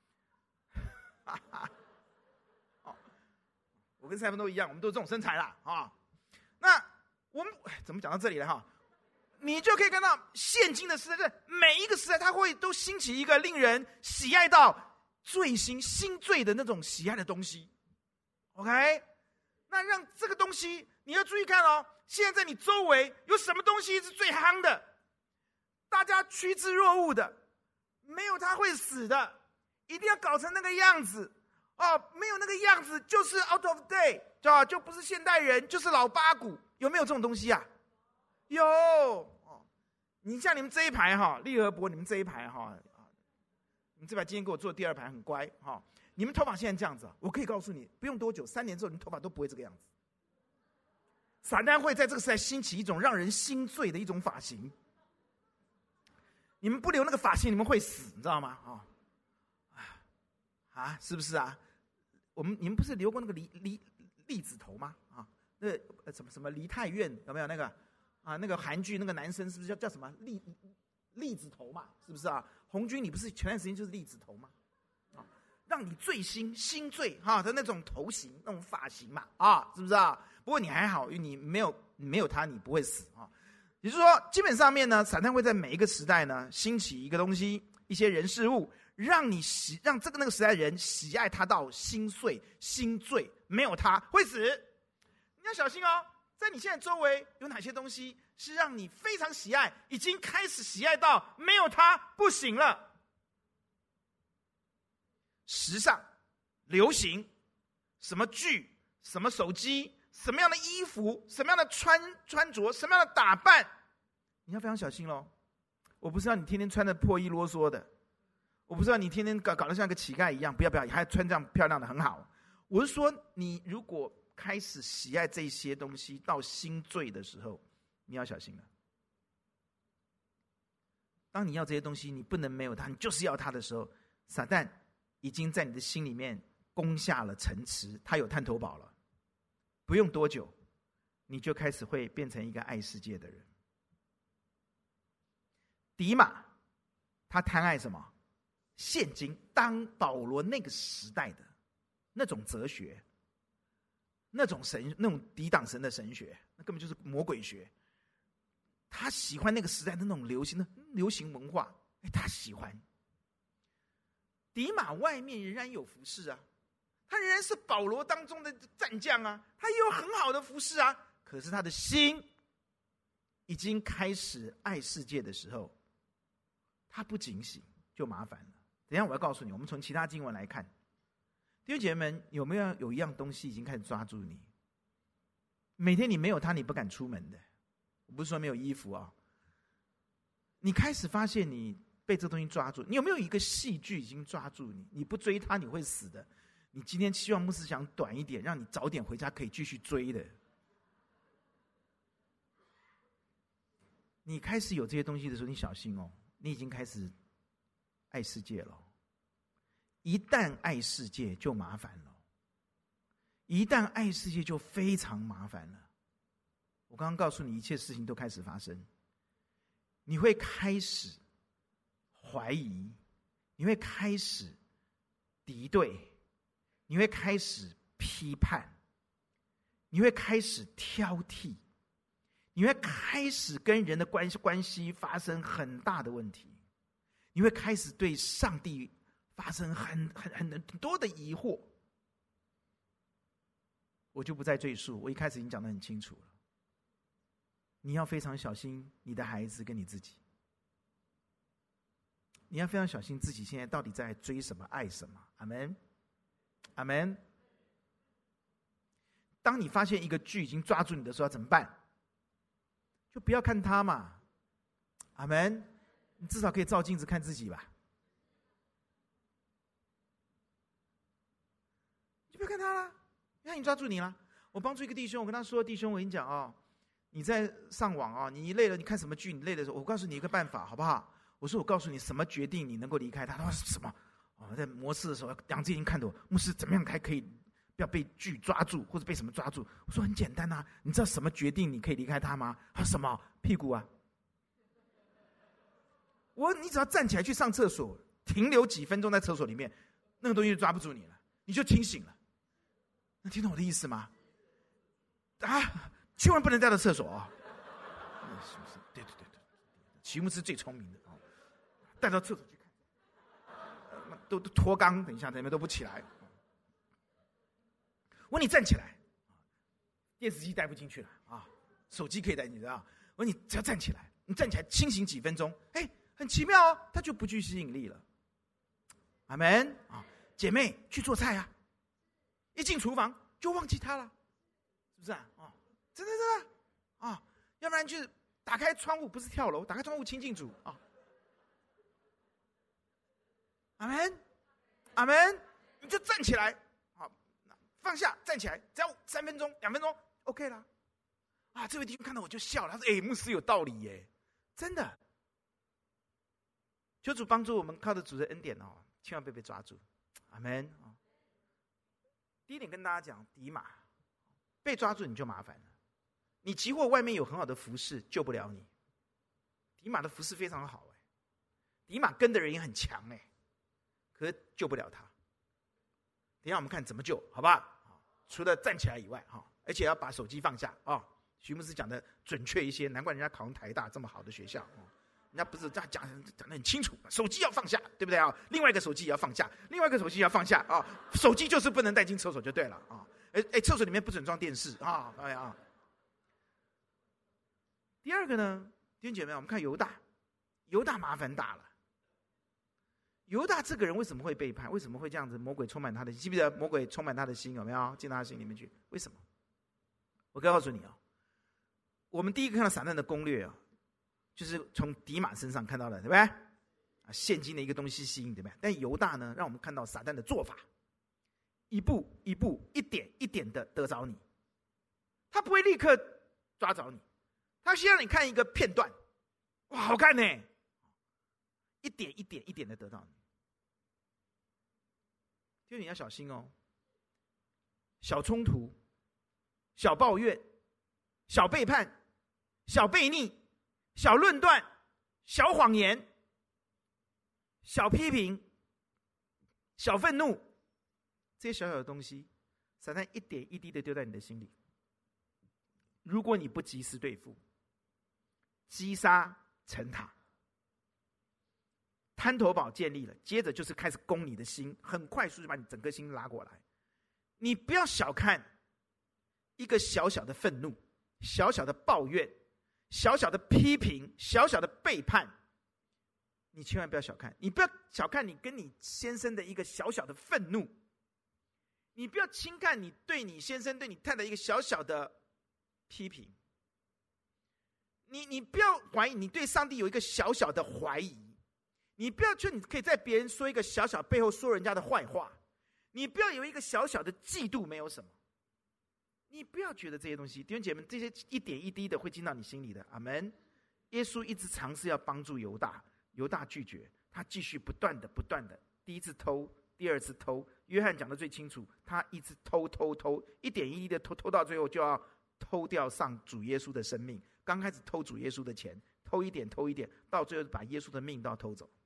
哈，我跟赛凤都一样，我们都是这种身材啦啊。那我们怎么讲到这里了哈？你就可以看到现今的时代，每一个时代它会都兴起一个令人喜爱到最心醉的那种喜爱的东西。OK， 那让这个东西你要注意看哦。现在在你周围有什么东西是最夯的？大家趋之若鹜的，没有它会死的，一定要搞成那个样子哦。没有那个样子就是 out of date， 就不是现代人，就是老八股。有没有这种东西啊？有哦。你像你们这一排哈，利和博，你们这一排哈，你们这排今天给我做第二排很乖哈。你们头发现在这样子，我可以告诉你，不用多久，3年之后你们头发都不会这个样子。撒旦会在这个时代兴起一种让人心醉的一种发型，你们不留那个发型，你们会死，你知道吗？是不是啊？你们不是留过那个栗子头吗？那什么梨泰院有没有那个那个韩剧那个男生是不是叫什么栗子头嘛？是不是啊？红军你不是前段时间就是栗子头吗？让你醉心醉的那种头型那种发型嘛是不是啊？不过你还好，因为你没有他你不会死也就是说，基本上面呢，撒旦会在每一个时代呢兴起一个东西，一些人事物，让这个那个时代的人喜爱他到心碎心醉，没有他会死。你要小心哦，在你现在周围有哪些东西是让你非常喜爱，已经开始喜爱到没有他不行了？时尚、流行，什么剧、什么手机、什么样的衣服、什么样的穿着、什么样的打扮，你要非常小心咯。我不是让你天天穿的破衣啰嗦的，我不是让你天天搞得像个乞丐一样，不要，还穿这样漂亮的很好。我是说，你如果开始喜爱这些东西到心醉的时候，你要小心了。当你要这些东西，你不能没有它，你就是要它的时候，撒旦已经在你的心里面攻下了城池，他有探头堡了。不用多久，你就开始会变成一个爱世界的人。迪马，他贪爱什么？现今当保罗那个时代的那种哲学，那种抵挡神的神学，那根本就是魔鬼学。他喜欢那个时代的那种流行文化，他喜欢。迪马外面仍然有服侍啊，他仍然是保罗当中的战将啊，他也有很好的服侍啊。可是他的心已经开始爱世界的时候，他不警醒就麻烦了。等一下我要告诉你，我们从其他经文来看，弟兄姐妹们，有没有一样东西已经开始抓住你？每天你没有它，你不敢出门的。我不是说没有衣服啊，你开始发现你被这东西抓住。你有没有一个戏剧已经抓住你？你不追它你会死的。你今天希望牧师讲短一点，让你早点回家可以继续追的。你开始有这些东西的时候，你小心哦，你已经开始爱世界了。一旦爱世界就麻烦了，一旦爱世界就非常麻烦了。我刚刚告诉你，一切事情都开始发生，你会开始怀疑，你会开始敌对，你会开始批判，你会开始挑剔，你会开始跟人的关系发生很大的问题，你会开始对上帝发生很多的疑惑。我就不再赘述，我一开始已经讲得很清楚了。你要非常小心你的孩子跟你自己，你要非常小心自己现在到底在追什么爱什么。阿们，阿们。当你发现一个剧已经抓住你的时候，要怎么办？就不要看它嘛。阿们，你至少可以照镜子看自己吧。就不要看它了，因为他已经抓住你了。我帮助一个弟兄，我跟他说：“弟兄，我跟你讲哦，你在上网啊，你累了，你看什么剧？你累的时候，我告诉你一个办法，好不好？我说我告诉你什么决定你能够离开他。他说什么？在模式的时候，两只眼睛看着我，牧师怎么样才可以不要被剧抓住，或者被什么抓住。我说很简单啊，你知道什么决定你可以离开他吗？他说什么？屁股啊。你只要站起来去上厕所，停留几分钟在厕所里面，那个东西就抓不住你了，你就清醒了。能听懂我的意思吗？啊，千万不能带到厕所啊！是不是？对，齐牧师最聪明的啊，带到厕所去看，都脱肛，等一下，你们都不起来。我说你站起来，电视机带不进去了啊，手机可以带进去啊。我说你只要站起来，你站起来清醒几分钟，很奇妙哦，它就不具吸引力了。阿们啊，姐妹去做菜啊，一进厨房就忘记它了，是不是啊？真的啊，要不然就是打开窗户，不是跳楼，打开窗户亲近主啊。阿们，你就站起来，好，放下，站起来，只要3分钟、2分钟 ，OK 啦。啊，这位弟兄看到我就笑了，他说：“牧师有道理耶，真的。”求主帮助我们，靠着主的恩典哦，千万不要被抓住。阿们啊！第一点跟大家讲，迪马被抓住你就麻烦了。你集货外面有很好的服饰，救不了你。迪马的服饰非常好迪马跟的人也很强可是救不了他。等一下我们看怎么救，好吧？除了站起来以外而且要把手机放下徐牧师讲的准确一些，难怪人家考上台大这么好的学校人家不是这样讲得很清楚，手机要放下，对不对另外一个手机也要放下，另外一个手机也要放下手机就是不能带进厕所就对了厕所里面不准装电视第二个呢，弟兄姐妹，我们看犹大麻烦大了。犹大这个人为什么会背叛？为什么会这样子？魔鬼充满他的心，记不记得魔鬼充满他的心？有没有进到他心里面去？为什么？我告诉你我们第一个看到撒旦的攻略就是从迪马身上看到了，对不对？现今的一个东西吸引，对不对？但犹大呢，让我们看到撒旦的做法，一步一步、一点一点的得着你。他不会立刻抓着你，他先让你看一个片段，哇，好看呢！一点一点一点的得到你，就你要小心小冲突、小抱怨、小背叛、小悖逆、小论断、小谎言、小批评、小愤怒，这些小小的东西，撒旦一点一滴的丢在你的心里。如果你不及时对付，积沙成塔，滩头堡建立了，接着就是开始攻你的心，很快速就把你整个心拉过来。你不要小看一个小小的愤怒、小小的抱怨、小小的批评、小小的背叛，你千万不要小看。你不要小看你跟你先生的一个小小的愤怒，你不要轻看你对你先生、对你太太一个小小的批评，你不要怀疑你对上帝有一个小小的怀疑，你不要觉得你可以在别人说一个小小背后说人家的坏话，你不要有一个小小的嫉妒，没有什么。你不要觉得这些东西，弟兄姐妹，这些一点一滴的会进到你心里的。阿们。耶稣一直尝试要帮助犹大，犹大拒绝，他继续不断的，第一次偷，第二次偷。约翰讲的最清楚，他一直偷，一点一滴的偷到最后就要偷掉上主耶稣的生命。刚开始偷主耶稣的钱，偷一点，到最后把耶稣的命都要偷走。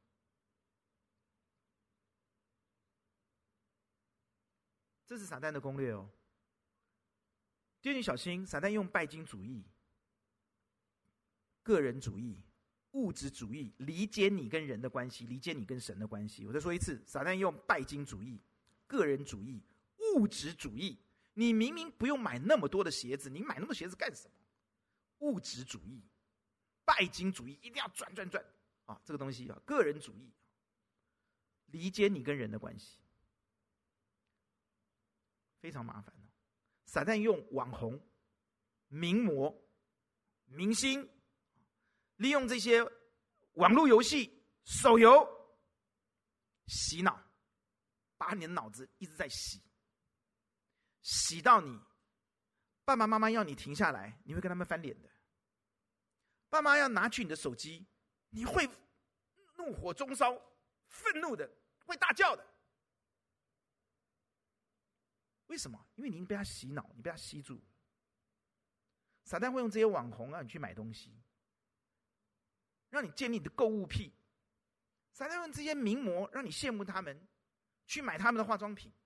这是撒旦的攻略弟兄小心，撒旦用拜金主义、个人主义、物质主义理解你跟人的关系，理解你跟神的关系。我再说一次，撒旦用拜金主义、个人主义、物质主义。你明明不用买那么多的鞋子，你买那么多鞋子干什么？物质主义、拜金主义，一定要赚这个东西个人主义，理解你跟人的关系，非常麻烦撒旦用网红、名模、明星，利用这些网络游戏、手游洗脑，把你的脑子一直在洗到你爸爸妈妈要你停下来，你会跟他们翻脸的。爸妈要拿去你的手机，你会怒火中烧、愤怒的，会大叫的。 为什么？因为你被他洗脑，你被他吸住。撒旦会用这些网红让你去买东西，让你建立你的购物癖。撒旦用这些名模让你羡慕他们，去买他们的化妆品，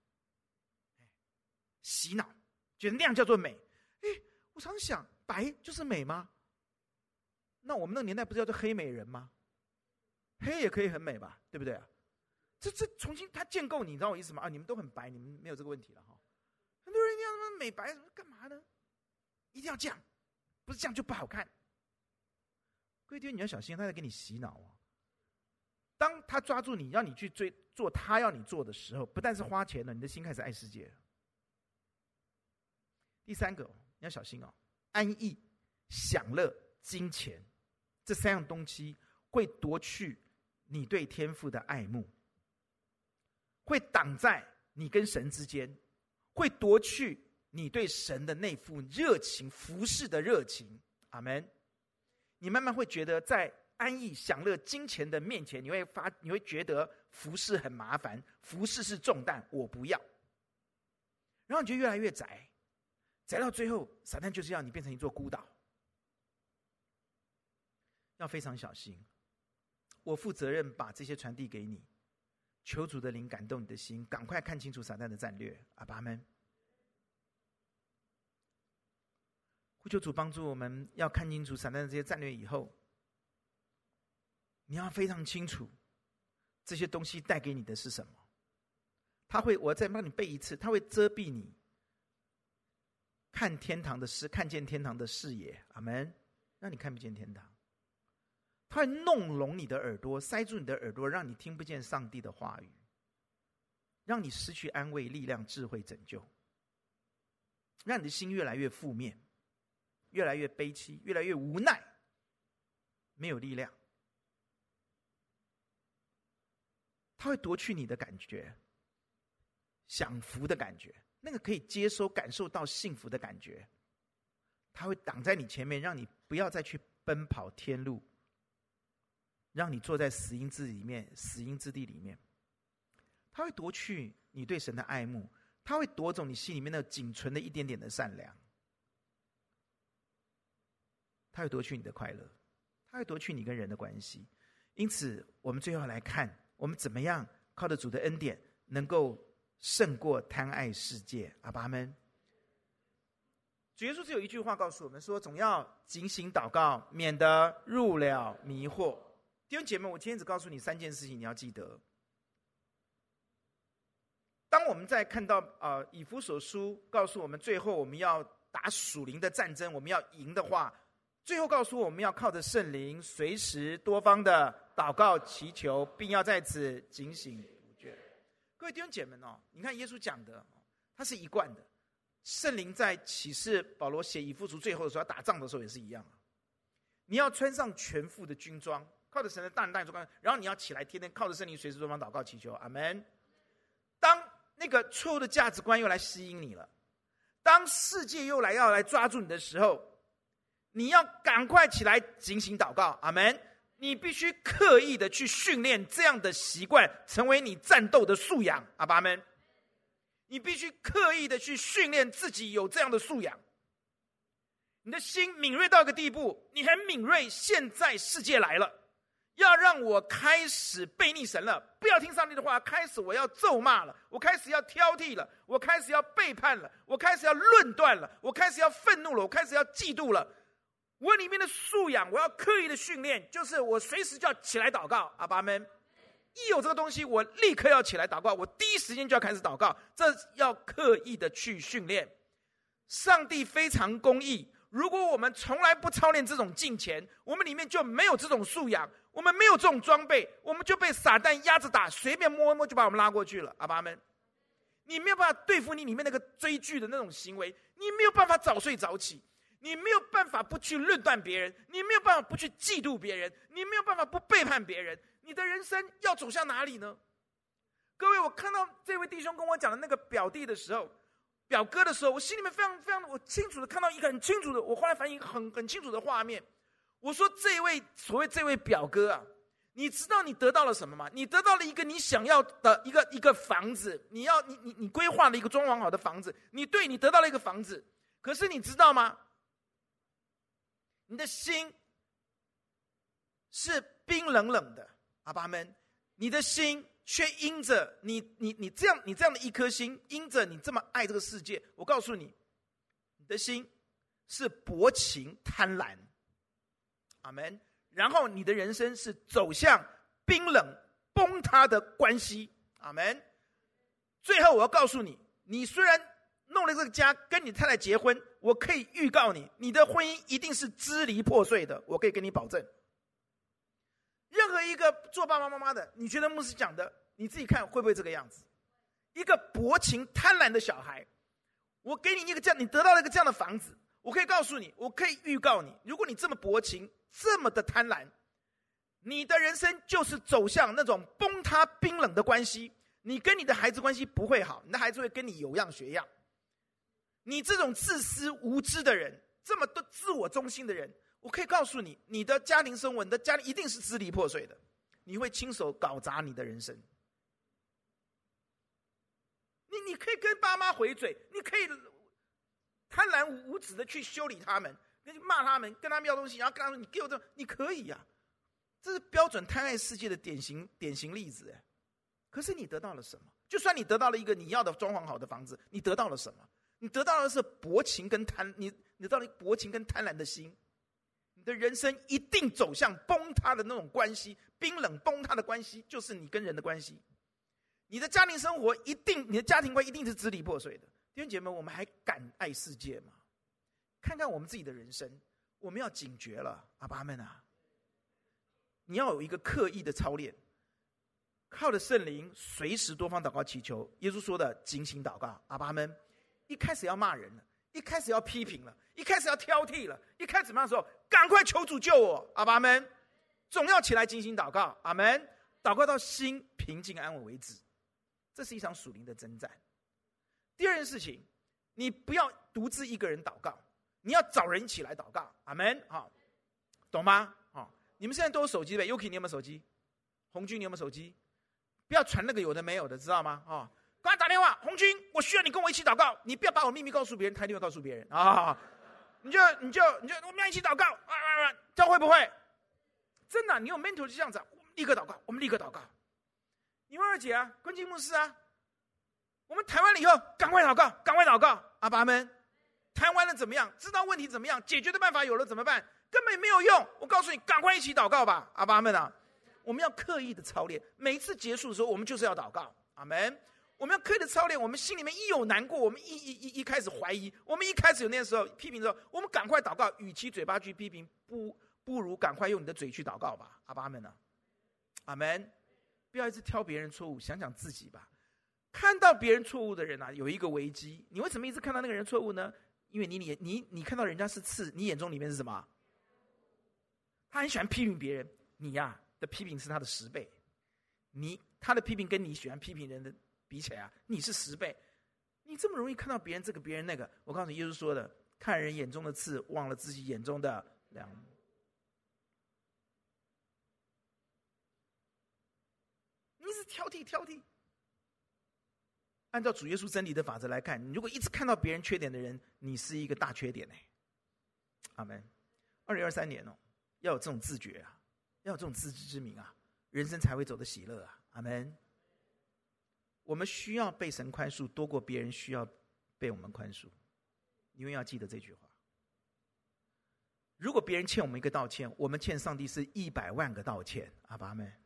洗脑，觉得那样叫做美。我常想，白就是美吗？那我们那个年代不是叫做黑美人吗？黑也可以很美吧，对不对啊？这重新他建构你，知道我意思吗？啊，你们都很白，你们没有这个问题了哈。很多人一定要美白，干嘛呢？一定要这样，不是这样就不好看。各位弟兄，你要小心，他在给你洗脑啊。当他抓住你，让你去做他要你做的时候，不但是花钱了，你的心开始爱世界了。第三个，你要小心哦，安逸、享乐、金钱，这三样东西会夺去你对天父的爱慕，会挡在你跟神之间，会夺去你对神的那份热情、服侍的热情。阿们。你慢慢会觉得，在安逸、享乐、金钱的面前，你会觉得服侍很麻烦，服侍是重担，我不要。然后你就越来越宅，宅到最后，撒旦就是要你变成一座孤岛。要非常小心。我负责任把这些传递给你，求主的灵感动你的心，赶快看清楚撒旦的战略。阿爸们，呼求主帮助我们，要看清楚撒旦的这些战略以后，你要非常清楚这些东西带给你的是什么。我再帮你背一次，他会遮蔽你看天堂的视，看见天堂的视野。阿们，让你看不见天堂。他会弄聋你的耳朵，塞住你的耳朵，让你听不见上帝的话语，让你失去安慰、力量、智慧、拯救，让你的心越来越负面，越来越悲戚，越来越无奈，没有力量。他会夺去你的感觉，享福的感觉，那个可以接收、感受到幸福的感觉。他会挡在你前面，让你不要再去奔跑天路，让你坐在死荫之地里面。他会夺去你对神的爱慕，他会夺走你心里面那仅存的一点点的善良，他会夺去你的快乐，他会夺去你跟人的关系。因此我们最后来看，我们怎么样靠着主的恩典能够胜过贪爱世界。阿爸们。主耶稣只有一句话告诉我们说，总要警醒祷告，免得入了迷惑。弟兄姐妹，我今天只告诉你3件事情，你要记得。当我们在看到以弗所书告诉我们，最后我们要打属灵的战争，我们要赢的话，最后告诉我们要靠着圣灵，随时多方的祷告祈求，并要在此警醒不倦。各位弟兄姐妹哦，你看耶稣讲的，他是一贯的。圣灵在启示保罗写以弗所最后的时候，要打仗的时候也是一样。你要穿上全副的军装，靠着神的大能大力做工，然后你要起来，天天靠着圣灵，随时多方祷告祈求。阿们。当那个错误的价值观又来吸引你了，当世界又要来抓住你的时候，你要赶快起来警醒祷告。阿们。你必须刻意的去训练这样的习惯，成为你战斗的素养。阿爸们。你必须刻意的去训练自己有这样的素养。你的心敏锐到一个地步，你很敏锐，现在世界来了，要让我开始背逆神了，不要听上帝的话，开始我要咒骂了，我开始要挑剔了，我开始要背叛了，我开始要论断了，我开始要愤怒了，我开始要嫉妒了。我里面的素养我要刻意的训练，就是我随时就要起来祷告。阿爸们。一有这个东西，我立刻要起来祷告，我第一时间就要开始祷告，这要刻意的去训练。上帝非常公义，如果我们从来不操练这种敬虔，我们里面就没有这种素养，我们没有这种装备，我们就被撒旦压着打，随便摸一摸就把我们拉过去了。阿爸们，你没有办法对付你里面那个追剧的那种行为，你没有办法早睡早起，你没有办法不去论断别人，你没有办法不去嫉妒别人，你没有办法不背叛别人，你的人生要走向哪里呢？各位，我看到这位弟兄跟我讲的那个表哥的时候，我心里面非常非常，我清楚的看到一个很清楚的，我后来反应很清楚的画面。我说这位所谓这位表哥啊， 你知道你得到了什么吗？你得到了一个你想要的一个房子，你规划了一个装潢好的房子，你得到了一个房子，可是你知道吗？你的心是冰冷冷的，阿爸们，你的心却因着你这样的一颗心，因着你这么爱这个世界，我告诉你，你的心是薄情贪婪，阿们。然后你的人生是走向冰冷崩塌的关系，阿们。最后我要告诉你，你虽然弄了这个家，跟你太太结婚，我可以预告你，你的婚姻一定是支离破碎的，我可以跟你保证。任何一个做爸爸妈妈的，你觉得牧师讲的，你自己看会不会这个样子？一个薄情贪婪的小孩，我给你一个这样，你得到了一个这样的房子，我可以告诉你，我可以预告你，如果你这么薄情，这么的贪婪，你的人生就是走向那种崩塌冰冷的关系，你跟你的孩子关系不会好，你的孩子会跟你有样学样。你这种自私无知的人，这么多自我中心的人，我可以告诉你，你的家庭生活，你的家庭一定是支离破碎的，你会亲手搞砸你的人生。你可以跟爸妈回嘴，你可以贪婪无止的去修理他们，骂他们，跟他们要东西，然后跟他说你给我这，你可以呀、这是标准贪爱世界的典型例子。可是你得到了什么？就算你得到了一个你要的装潢好的房子，你得到了什么？你得到的是薄情跟你得到了薄情跟贪婪的心，你的人生一定走向崩塌的那种关系，冰冷崩塌的关系，就是你跟人的关系。你的家庭生活一定，你的家庭观一定是支离破碎的。弟兄姐妹，我们还敢爱世界吗？看看我们自己的人生，我们要警觉了，阿爸们啊！你要有一个刻意的操练，靠着圣灵，随时多方祷告祈求。耶稣说的警醒祷告，阿爸们，一开始要骂人了，一开始要批评了，一开始要挑剔了，一开始怎么样的时候，赶快求主救我，阿爸们，总要起来警醒祷告，阿们，祷告到心平静安稳为止。这是一场属灵的征战。第二件事情，你不要独自一个人祷告，你要找人一起来祷告，阿们，好，懂吗？好，你们现在都有手机对不对 ？Yuki 你有没有手机？红军你有没有手机？不要传那个有的没有的，知道吗？啊，赶快打电话，红军，我需要你跟我一起祷告，你不要把我秘密告诉别人，他一定会告诉别人啊！你就我们要一起祷告啊！教会不会？真的，你有 mentor 就这样子，我们立刻祷告，我们立刻祷告。你问二姐啊，关敬牧师啊，我们谈完了以后，赶快祷告，赶快祷告，阿爸们，谈完了怎么样？知道问题怎么样？解决的办法有了怎么办？根本没有用。我告诉你，赶快一起祷告吧，阿爸们啊！我们要刻意的操练，每一次结束的时候，我们就是要祷告，阿们。我们要刻意的操练，我们心里面一有难过，我们一开始怀疑，我们一开始有那时候批评的时候，我们赶快祷告。与其嘴巴去批评，不如赶快用你的嘴去祷告吧，阿爸们啊，阿们。不要一直挑别人错误，想想自己吧。看到别人错误的人啊，有一个危机。你为什么一直看到那个人错误呢？因为你看到人家是刺，你眼中里面是什么？他很喜欢批评别人，你呀的批评是他的10倍。他的批评跟你喜欢批评人的比起来啊，你是10倍。你这么容易看到别人这个别人那个，我告诉你，耶稣说的，看人眼中的刺，忘了自己眼中的梁木。你是挑剔。按照主耶稣真理的法则来看，你如果一直看到别人缺点的人，你是一个大缺点。阿们。2023年要有这种自觉啊，要有这种自知之明啊，人生才会走得喜乐啊。阿们。我们需要被神宽恕，多过别人需要被我们宽恕。你永远要记得这句话。如果别人欠我们一个道歉，我们欠上帝是100万个道歉。阿爸们。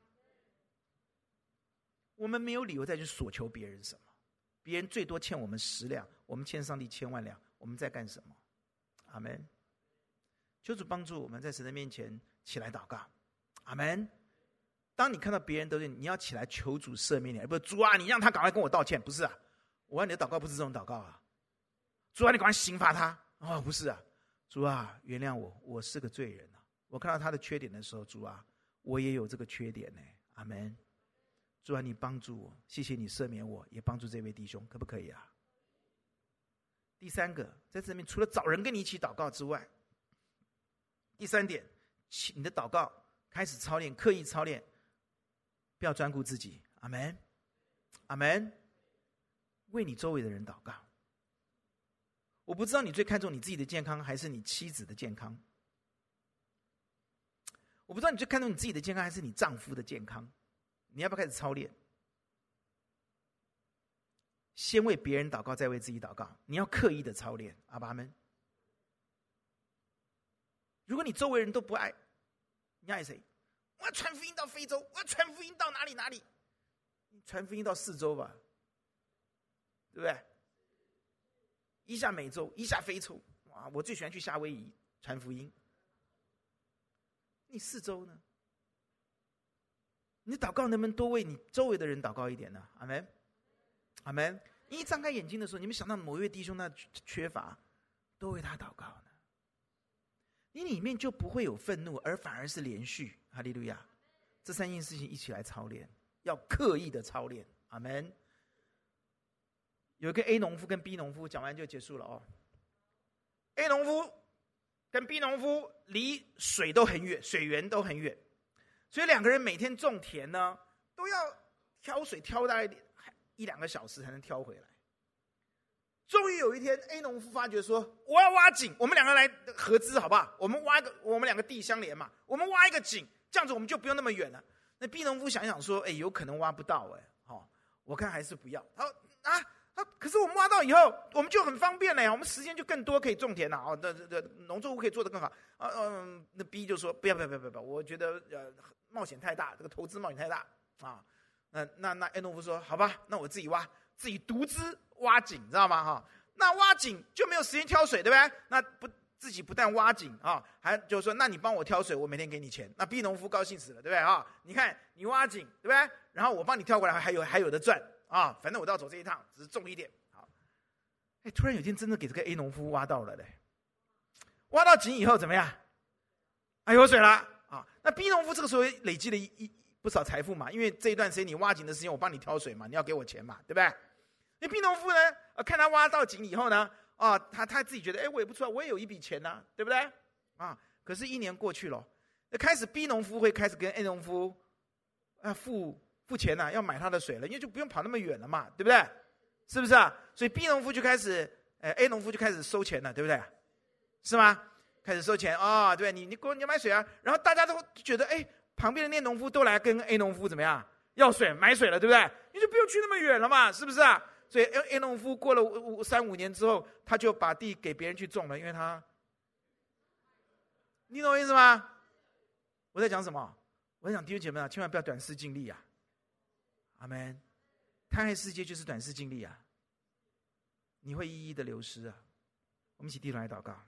我们没有理由再去索求别人什么，别人最多欠我们10两，我们欠上帝1000万两，我们在干什么？阿们。求主帮助我们在神的面前起来祷告，阿们。当你看到别人得罪你，要起来求主赦免你，而不是主啊，你让他赶快跟我道歉，不是啊，我让你的祷告不是这种祷告啊，主啊，你赶快刑罚他，哦，不是啊，主啊，原谅我，我是个罪人啊，我看到他的缺点的时候，主啊，我也有这个缺点呢，阿们。主啊，你帮助我，谢谢你赦免我，也帮助这位弟兄，可不可以啊？第三个，在这里面除了找人跟你一起祷告之外，第3点，你的祷告开始操练，刻意操练， 不要专顾自己。阿们，阿们。为你周围的人祷告。我不知道你最看重你自己的健康，还是你妻子的健康。我不知道你最看重你自己的健康，还是你丈夫的健康。你要不要开始操练？先为别人祷告，再为自己祷告。你要刻意的操练。阿爸们。如果你周围人都不爱，你爱谁？我要传福音到非洲，我要传福音到哪里哪里？你传福音到4周吧，对不对？一下美洲，一下非洲，哇！我最喜欢去夏威夷传福音。你4周呢？你祷告能不能多为你周围的人祷告一点呢？阿们，阿们。你一张开眼睛的时候，你们想到某一位弟兄他缺乏，多为他祷告呢。你里面就不会有愤怒，而反而是连续。哈利路亚！这3件事情一起来操练，要刻意的操练。阿们。有一个 A 农夫跟 B 农夫，讲完就结束了哦。A 农夫跟 B 农夫离水都很远，水源都很远，所以2个人每天种田呢，都要挑水挑大概1-2个小时才能挑回来。终于有一天 ，A 农夫发觉说：“我要挖井，我们2个来合资好不好？我们2个地相连嘛，我们挖一个井，这样子我们就不用那么远了。”那 B 农夫想想说：“有可能挖不到我看还是不要。”他说：“可是我们挖到以后，我们就很方便了呀，我们时间就更多可以种田了农作物可以做得更好那 B 就说：“不要，我觉得冒险太大，这个投资冒险太大啊。”那 A 农夫说：“好吧，那我自己挖，自己独资挖井，知道吗？那挖井就没有时间挑水，对不对？那自己不但挖井还就说，那你帮我挑水，我每天给你钱。那 B 农夫高兴死了，对不对你看你挖井，对不对？然后我帮你挑过来，还有的赚。反正我都要走这一趟，只是重一点。好，突然有一天真的给这个 A 农夫挖到了嘞，挖到井以后怎么样？有水了那 B 农夫这个时候累积了不少财富嘛，因为这一段时间你挖井的时间，我帮你挑水嘛，你要给我钱嘛，对不对？那 B 农夫呢，看他挖到井以后呢，他自己觉得，我也不错，我也有一笔钱呢，对不对？可是1年过去了，开始 B 农夫会开始跟 A 农夫付钱要买他的水了，因为就不用跑那么远了嘛，对不对？是不是所以 B 农夫就开始，A 农夫就开始收钱了，对不对？是吗？开始收钱对，你给我买水啊，然后大家都觉得，旁边的那农夫都来跟 A 农夫怎么样要水买水了，对不对？你就不用去那么远了嘛，是不是所以 A 农夫过了3-5年之后，他就把地给别人去种了，因为你懂我意思吗？我在讲什么？我在讲弟兄姐妹千万不要短视近利阿们。贪爱世界就是短视近利你会一一的流失我们一起低头来祷告。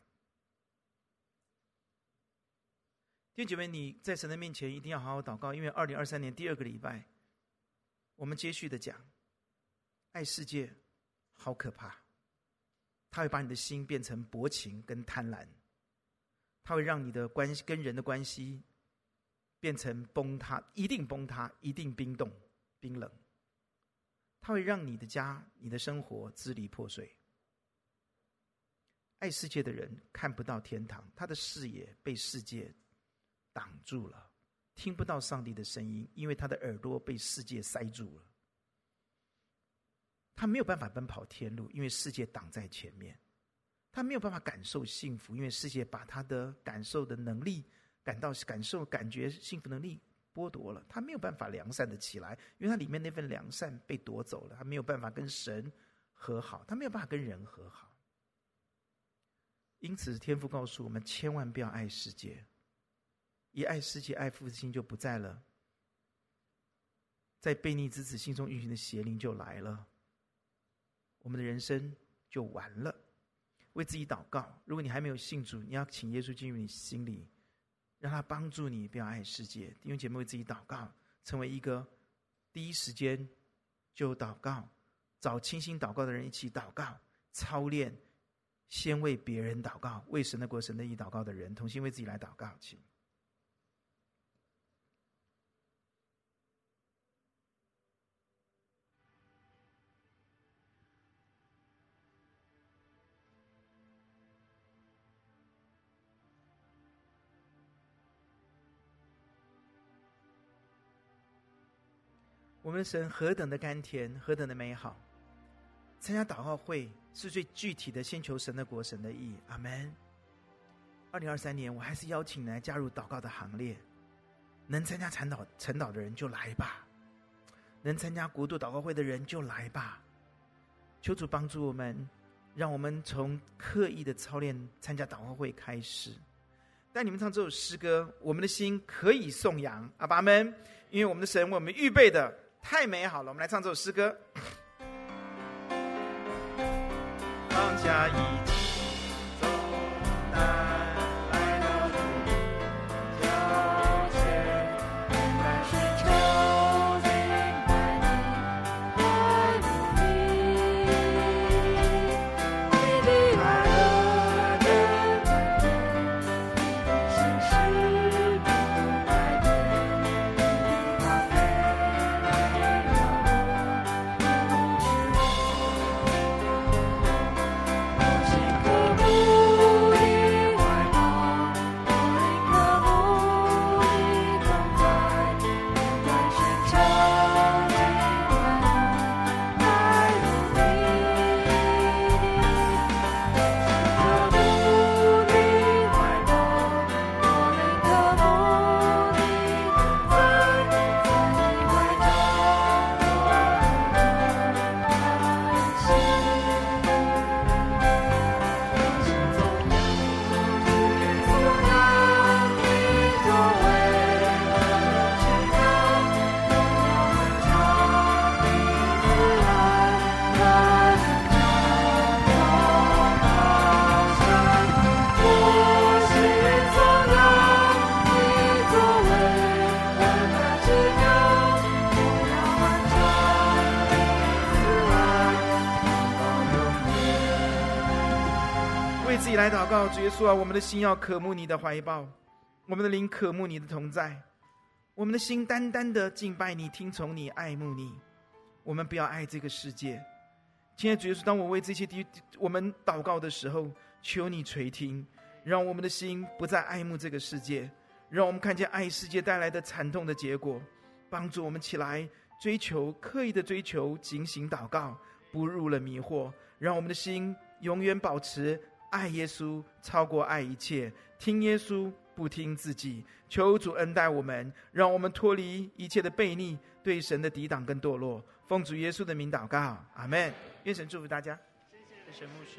弟兄姐妹，你在神的面前一定要好好祷告，因为2023年第2个礼拜，我们接续的讲，爱世界好可怕，它会把你的心变成薄情跟贪婪，它会让你的关系跟人的关系变成崩塌，一定崩塌，一定冰冻冰冷，它会让你的家、你的生活支离破碎。爱世界的人看不到天堂，他的视野被世界挡住了，听不到上帝的声音，因为他的耳朵被世界塞住了。他没有办法奔跑天路，因为世界挡在前面。他没有办法感受幸福，因为世界把他的感受的能力、感觉幸福能力剥夺了。他没有办法良善的起来，因为他里面那份良善被夺走了。他没有办法跟神和好，他没有办法跟人和好。因此天父告诉我们，千万不要爱世界，一爱世界，爱父的心就不在了，在悖逆之子心中运行的邪灵就来了，我们的人生就完了。为自己祷告，如果你还没有信主，你要请耶稣进入你心里，让他帮助你不要爱世界。弟兄姐妹，为自己祷告，成为一个第一时间就祷告，找清心祷告的人一起祷告，操练先为别人祷告，为神的国神的义祷告的人，同心为自己来祷告。请我们的神何等的甘甜，何等的美好。参加祷告会是最具体的，先求神的国，神的义。阿们。2023年，我还是邀请你来加入祷告的行列。能参加晨祷的人就来吧，能参加国度祷告会的人就来吧。求主帮助我们，让我们从刻意的操练参加祷告会开始。带你们唱这首诗歌，我们的心可以颂扬。阿爸们，因为我们的神为我们预备的太美好了。我们来唱这首诗歌。放下一切重担，来到主脚前，来寻求敬拜你，爱慕你，你的爱何等满点，心事不改变，你的咖啡来让我无惧。来祷告，主耶稣啊，我们的心要渴慕你的怀抱，我们的灵渴慕你的同在，我们的心单单的敬拜你，听从你，爱慕你。我们不要爱这个世界。亲爱的主耶稣，当我为这些我们祷告的时候，求你垂听，让我们的心不再爱慕这个世界，让我们看见爱世界带来的惨痛的结果，帮助我们起来追求，刻意的追求，警醒祷告，不入了迷惑，让我们的心永远保持爱耶稣超过爱一切，听耶稣不听自己。求主恩待我们，让我们脱离一切的悖逆，对神的抵挡跟堕落。奉主耶稣的名祷告，阿们。愿神祝福大家。谢谢神牧师。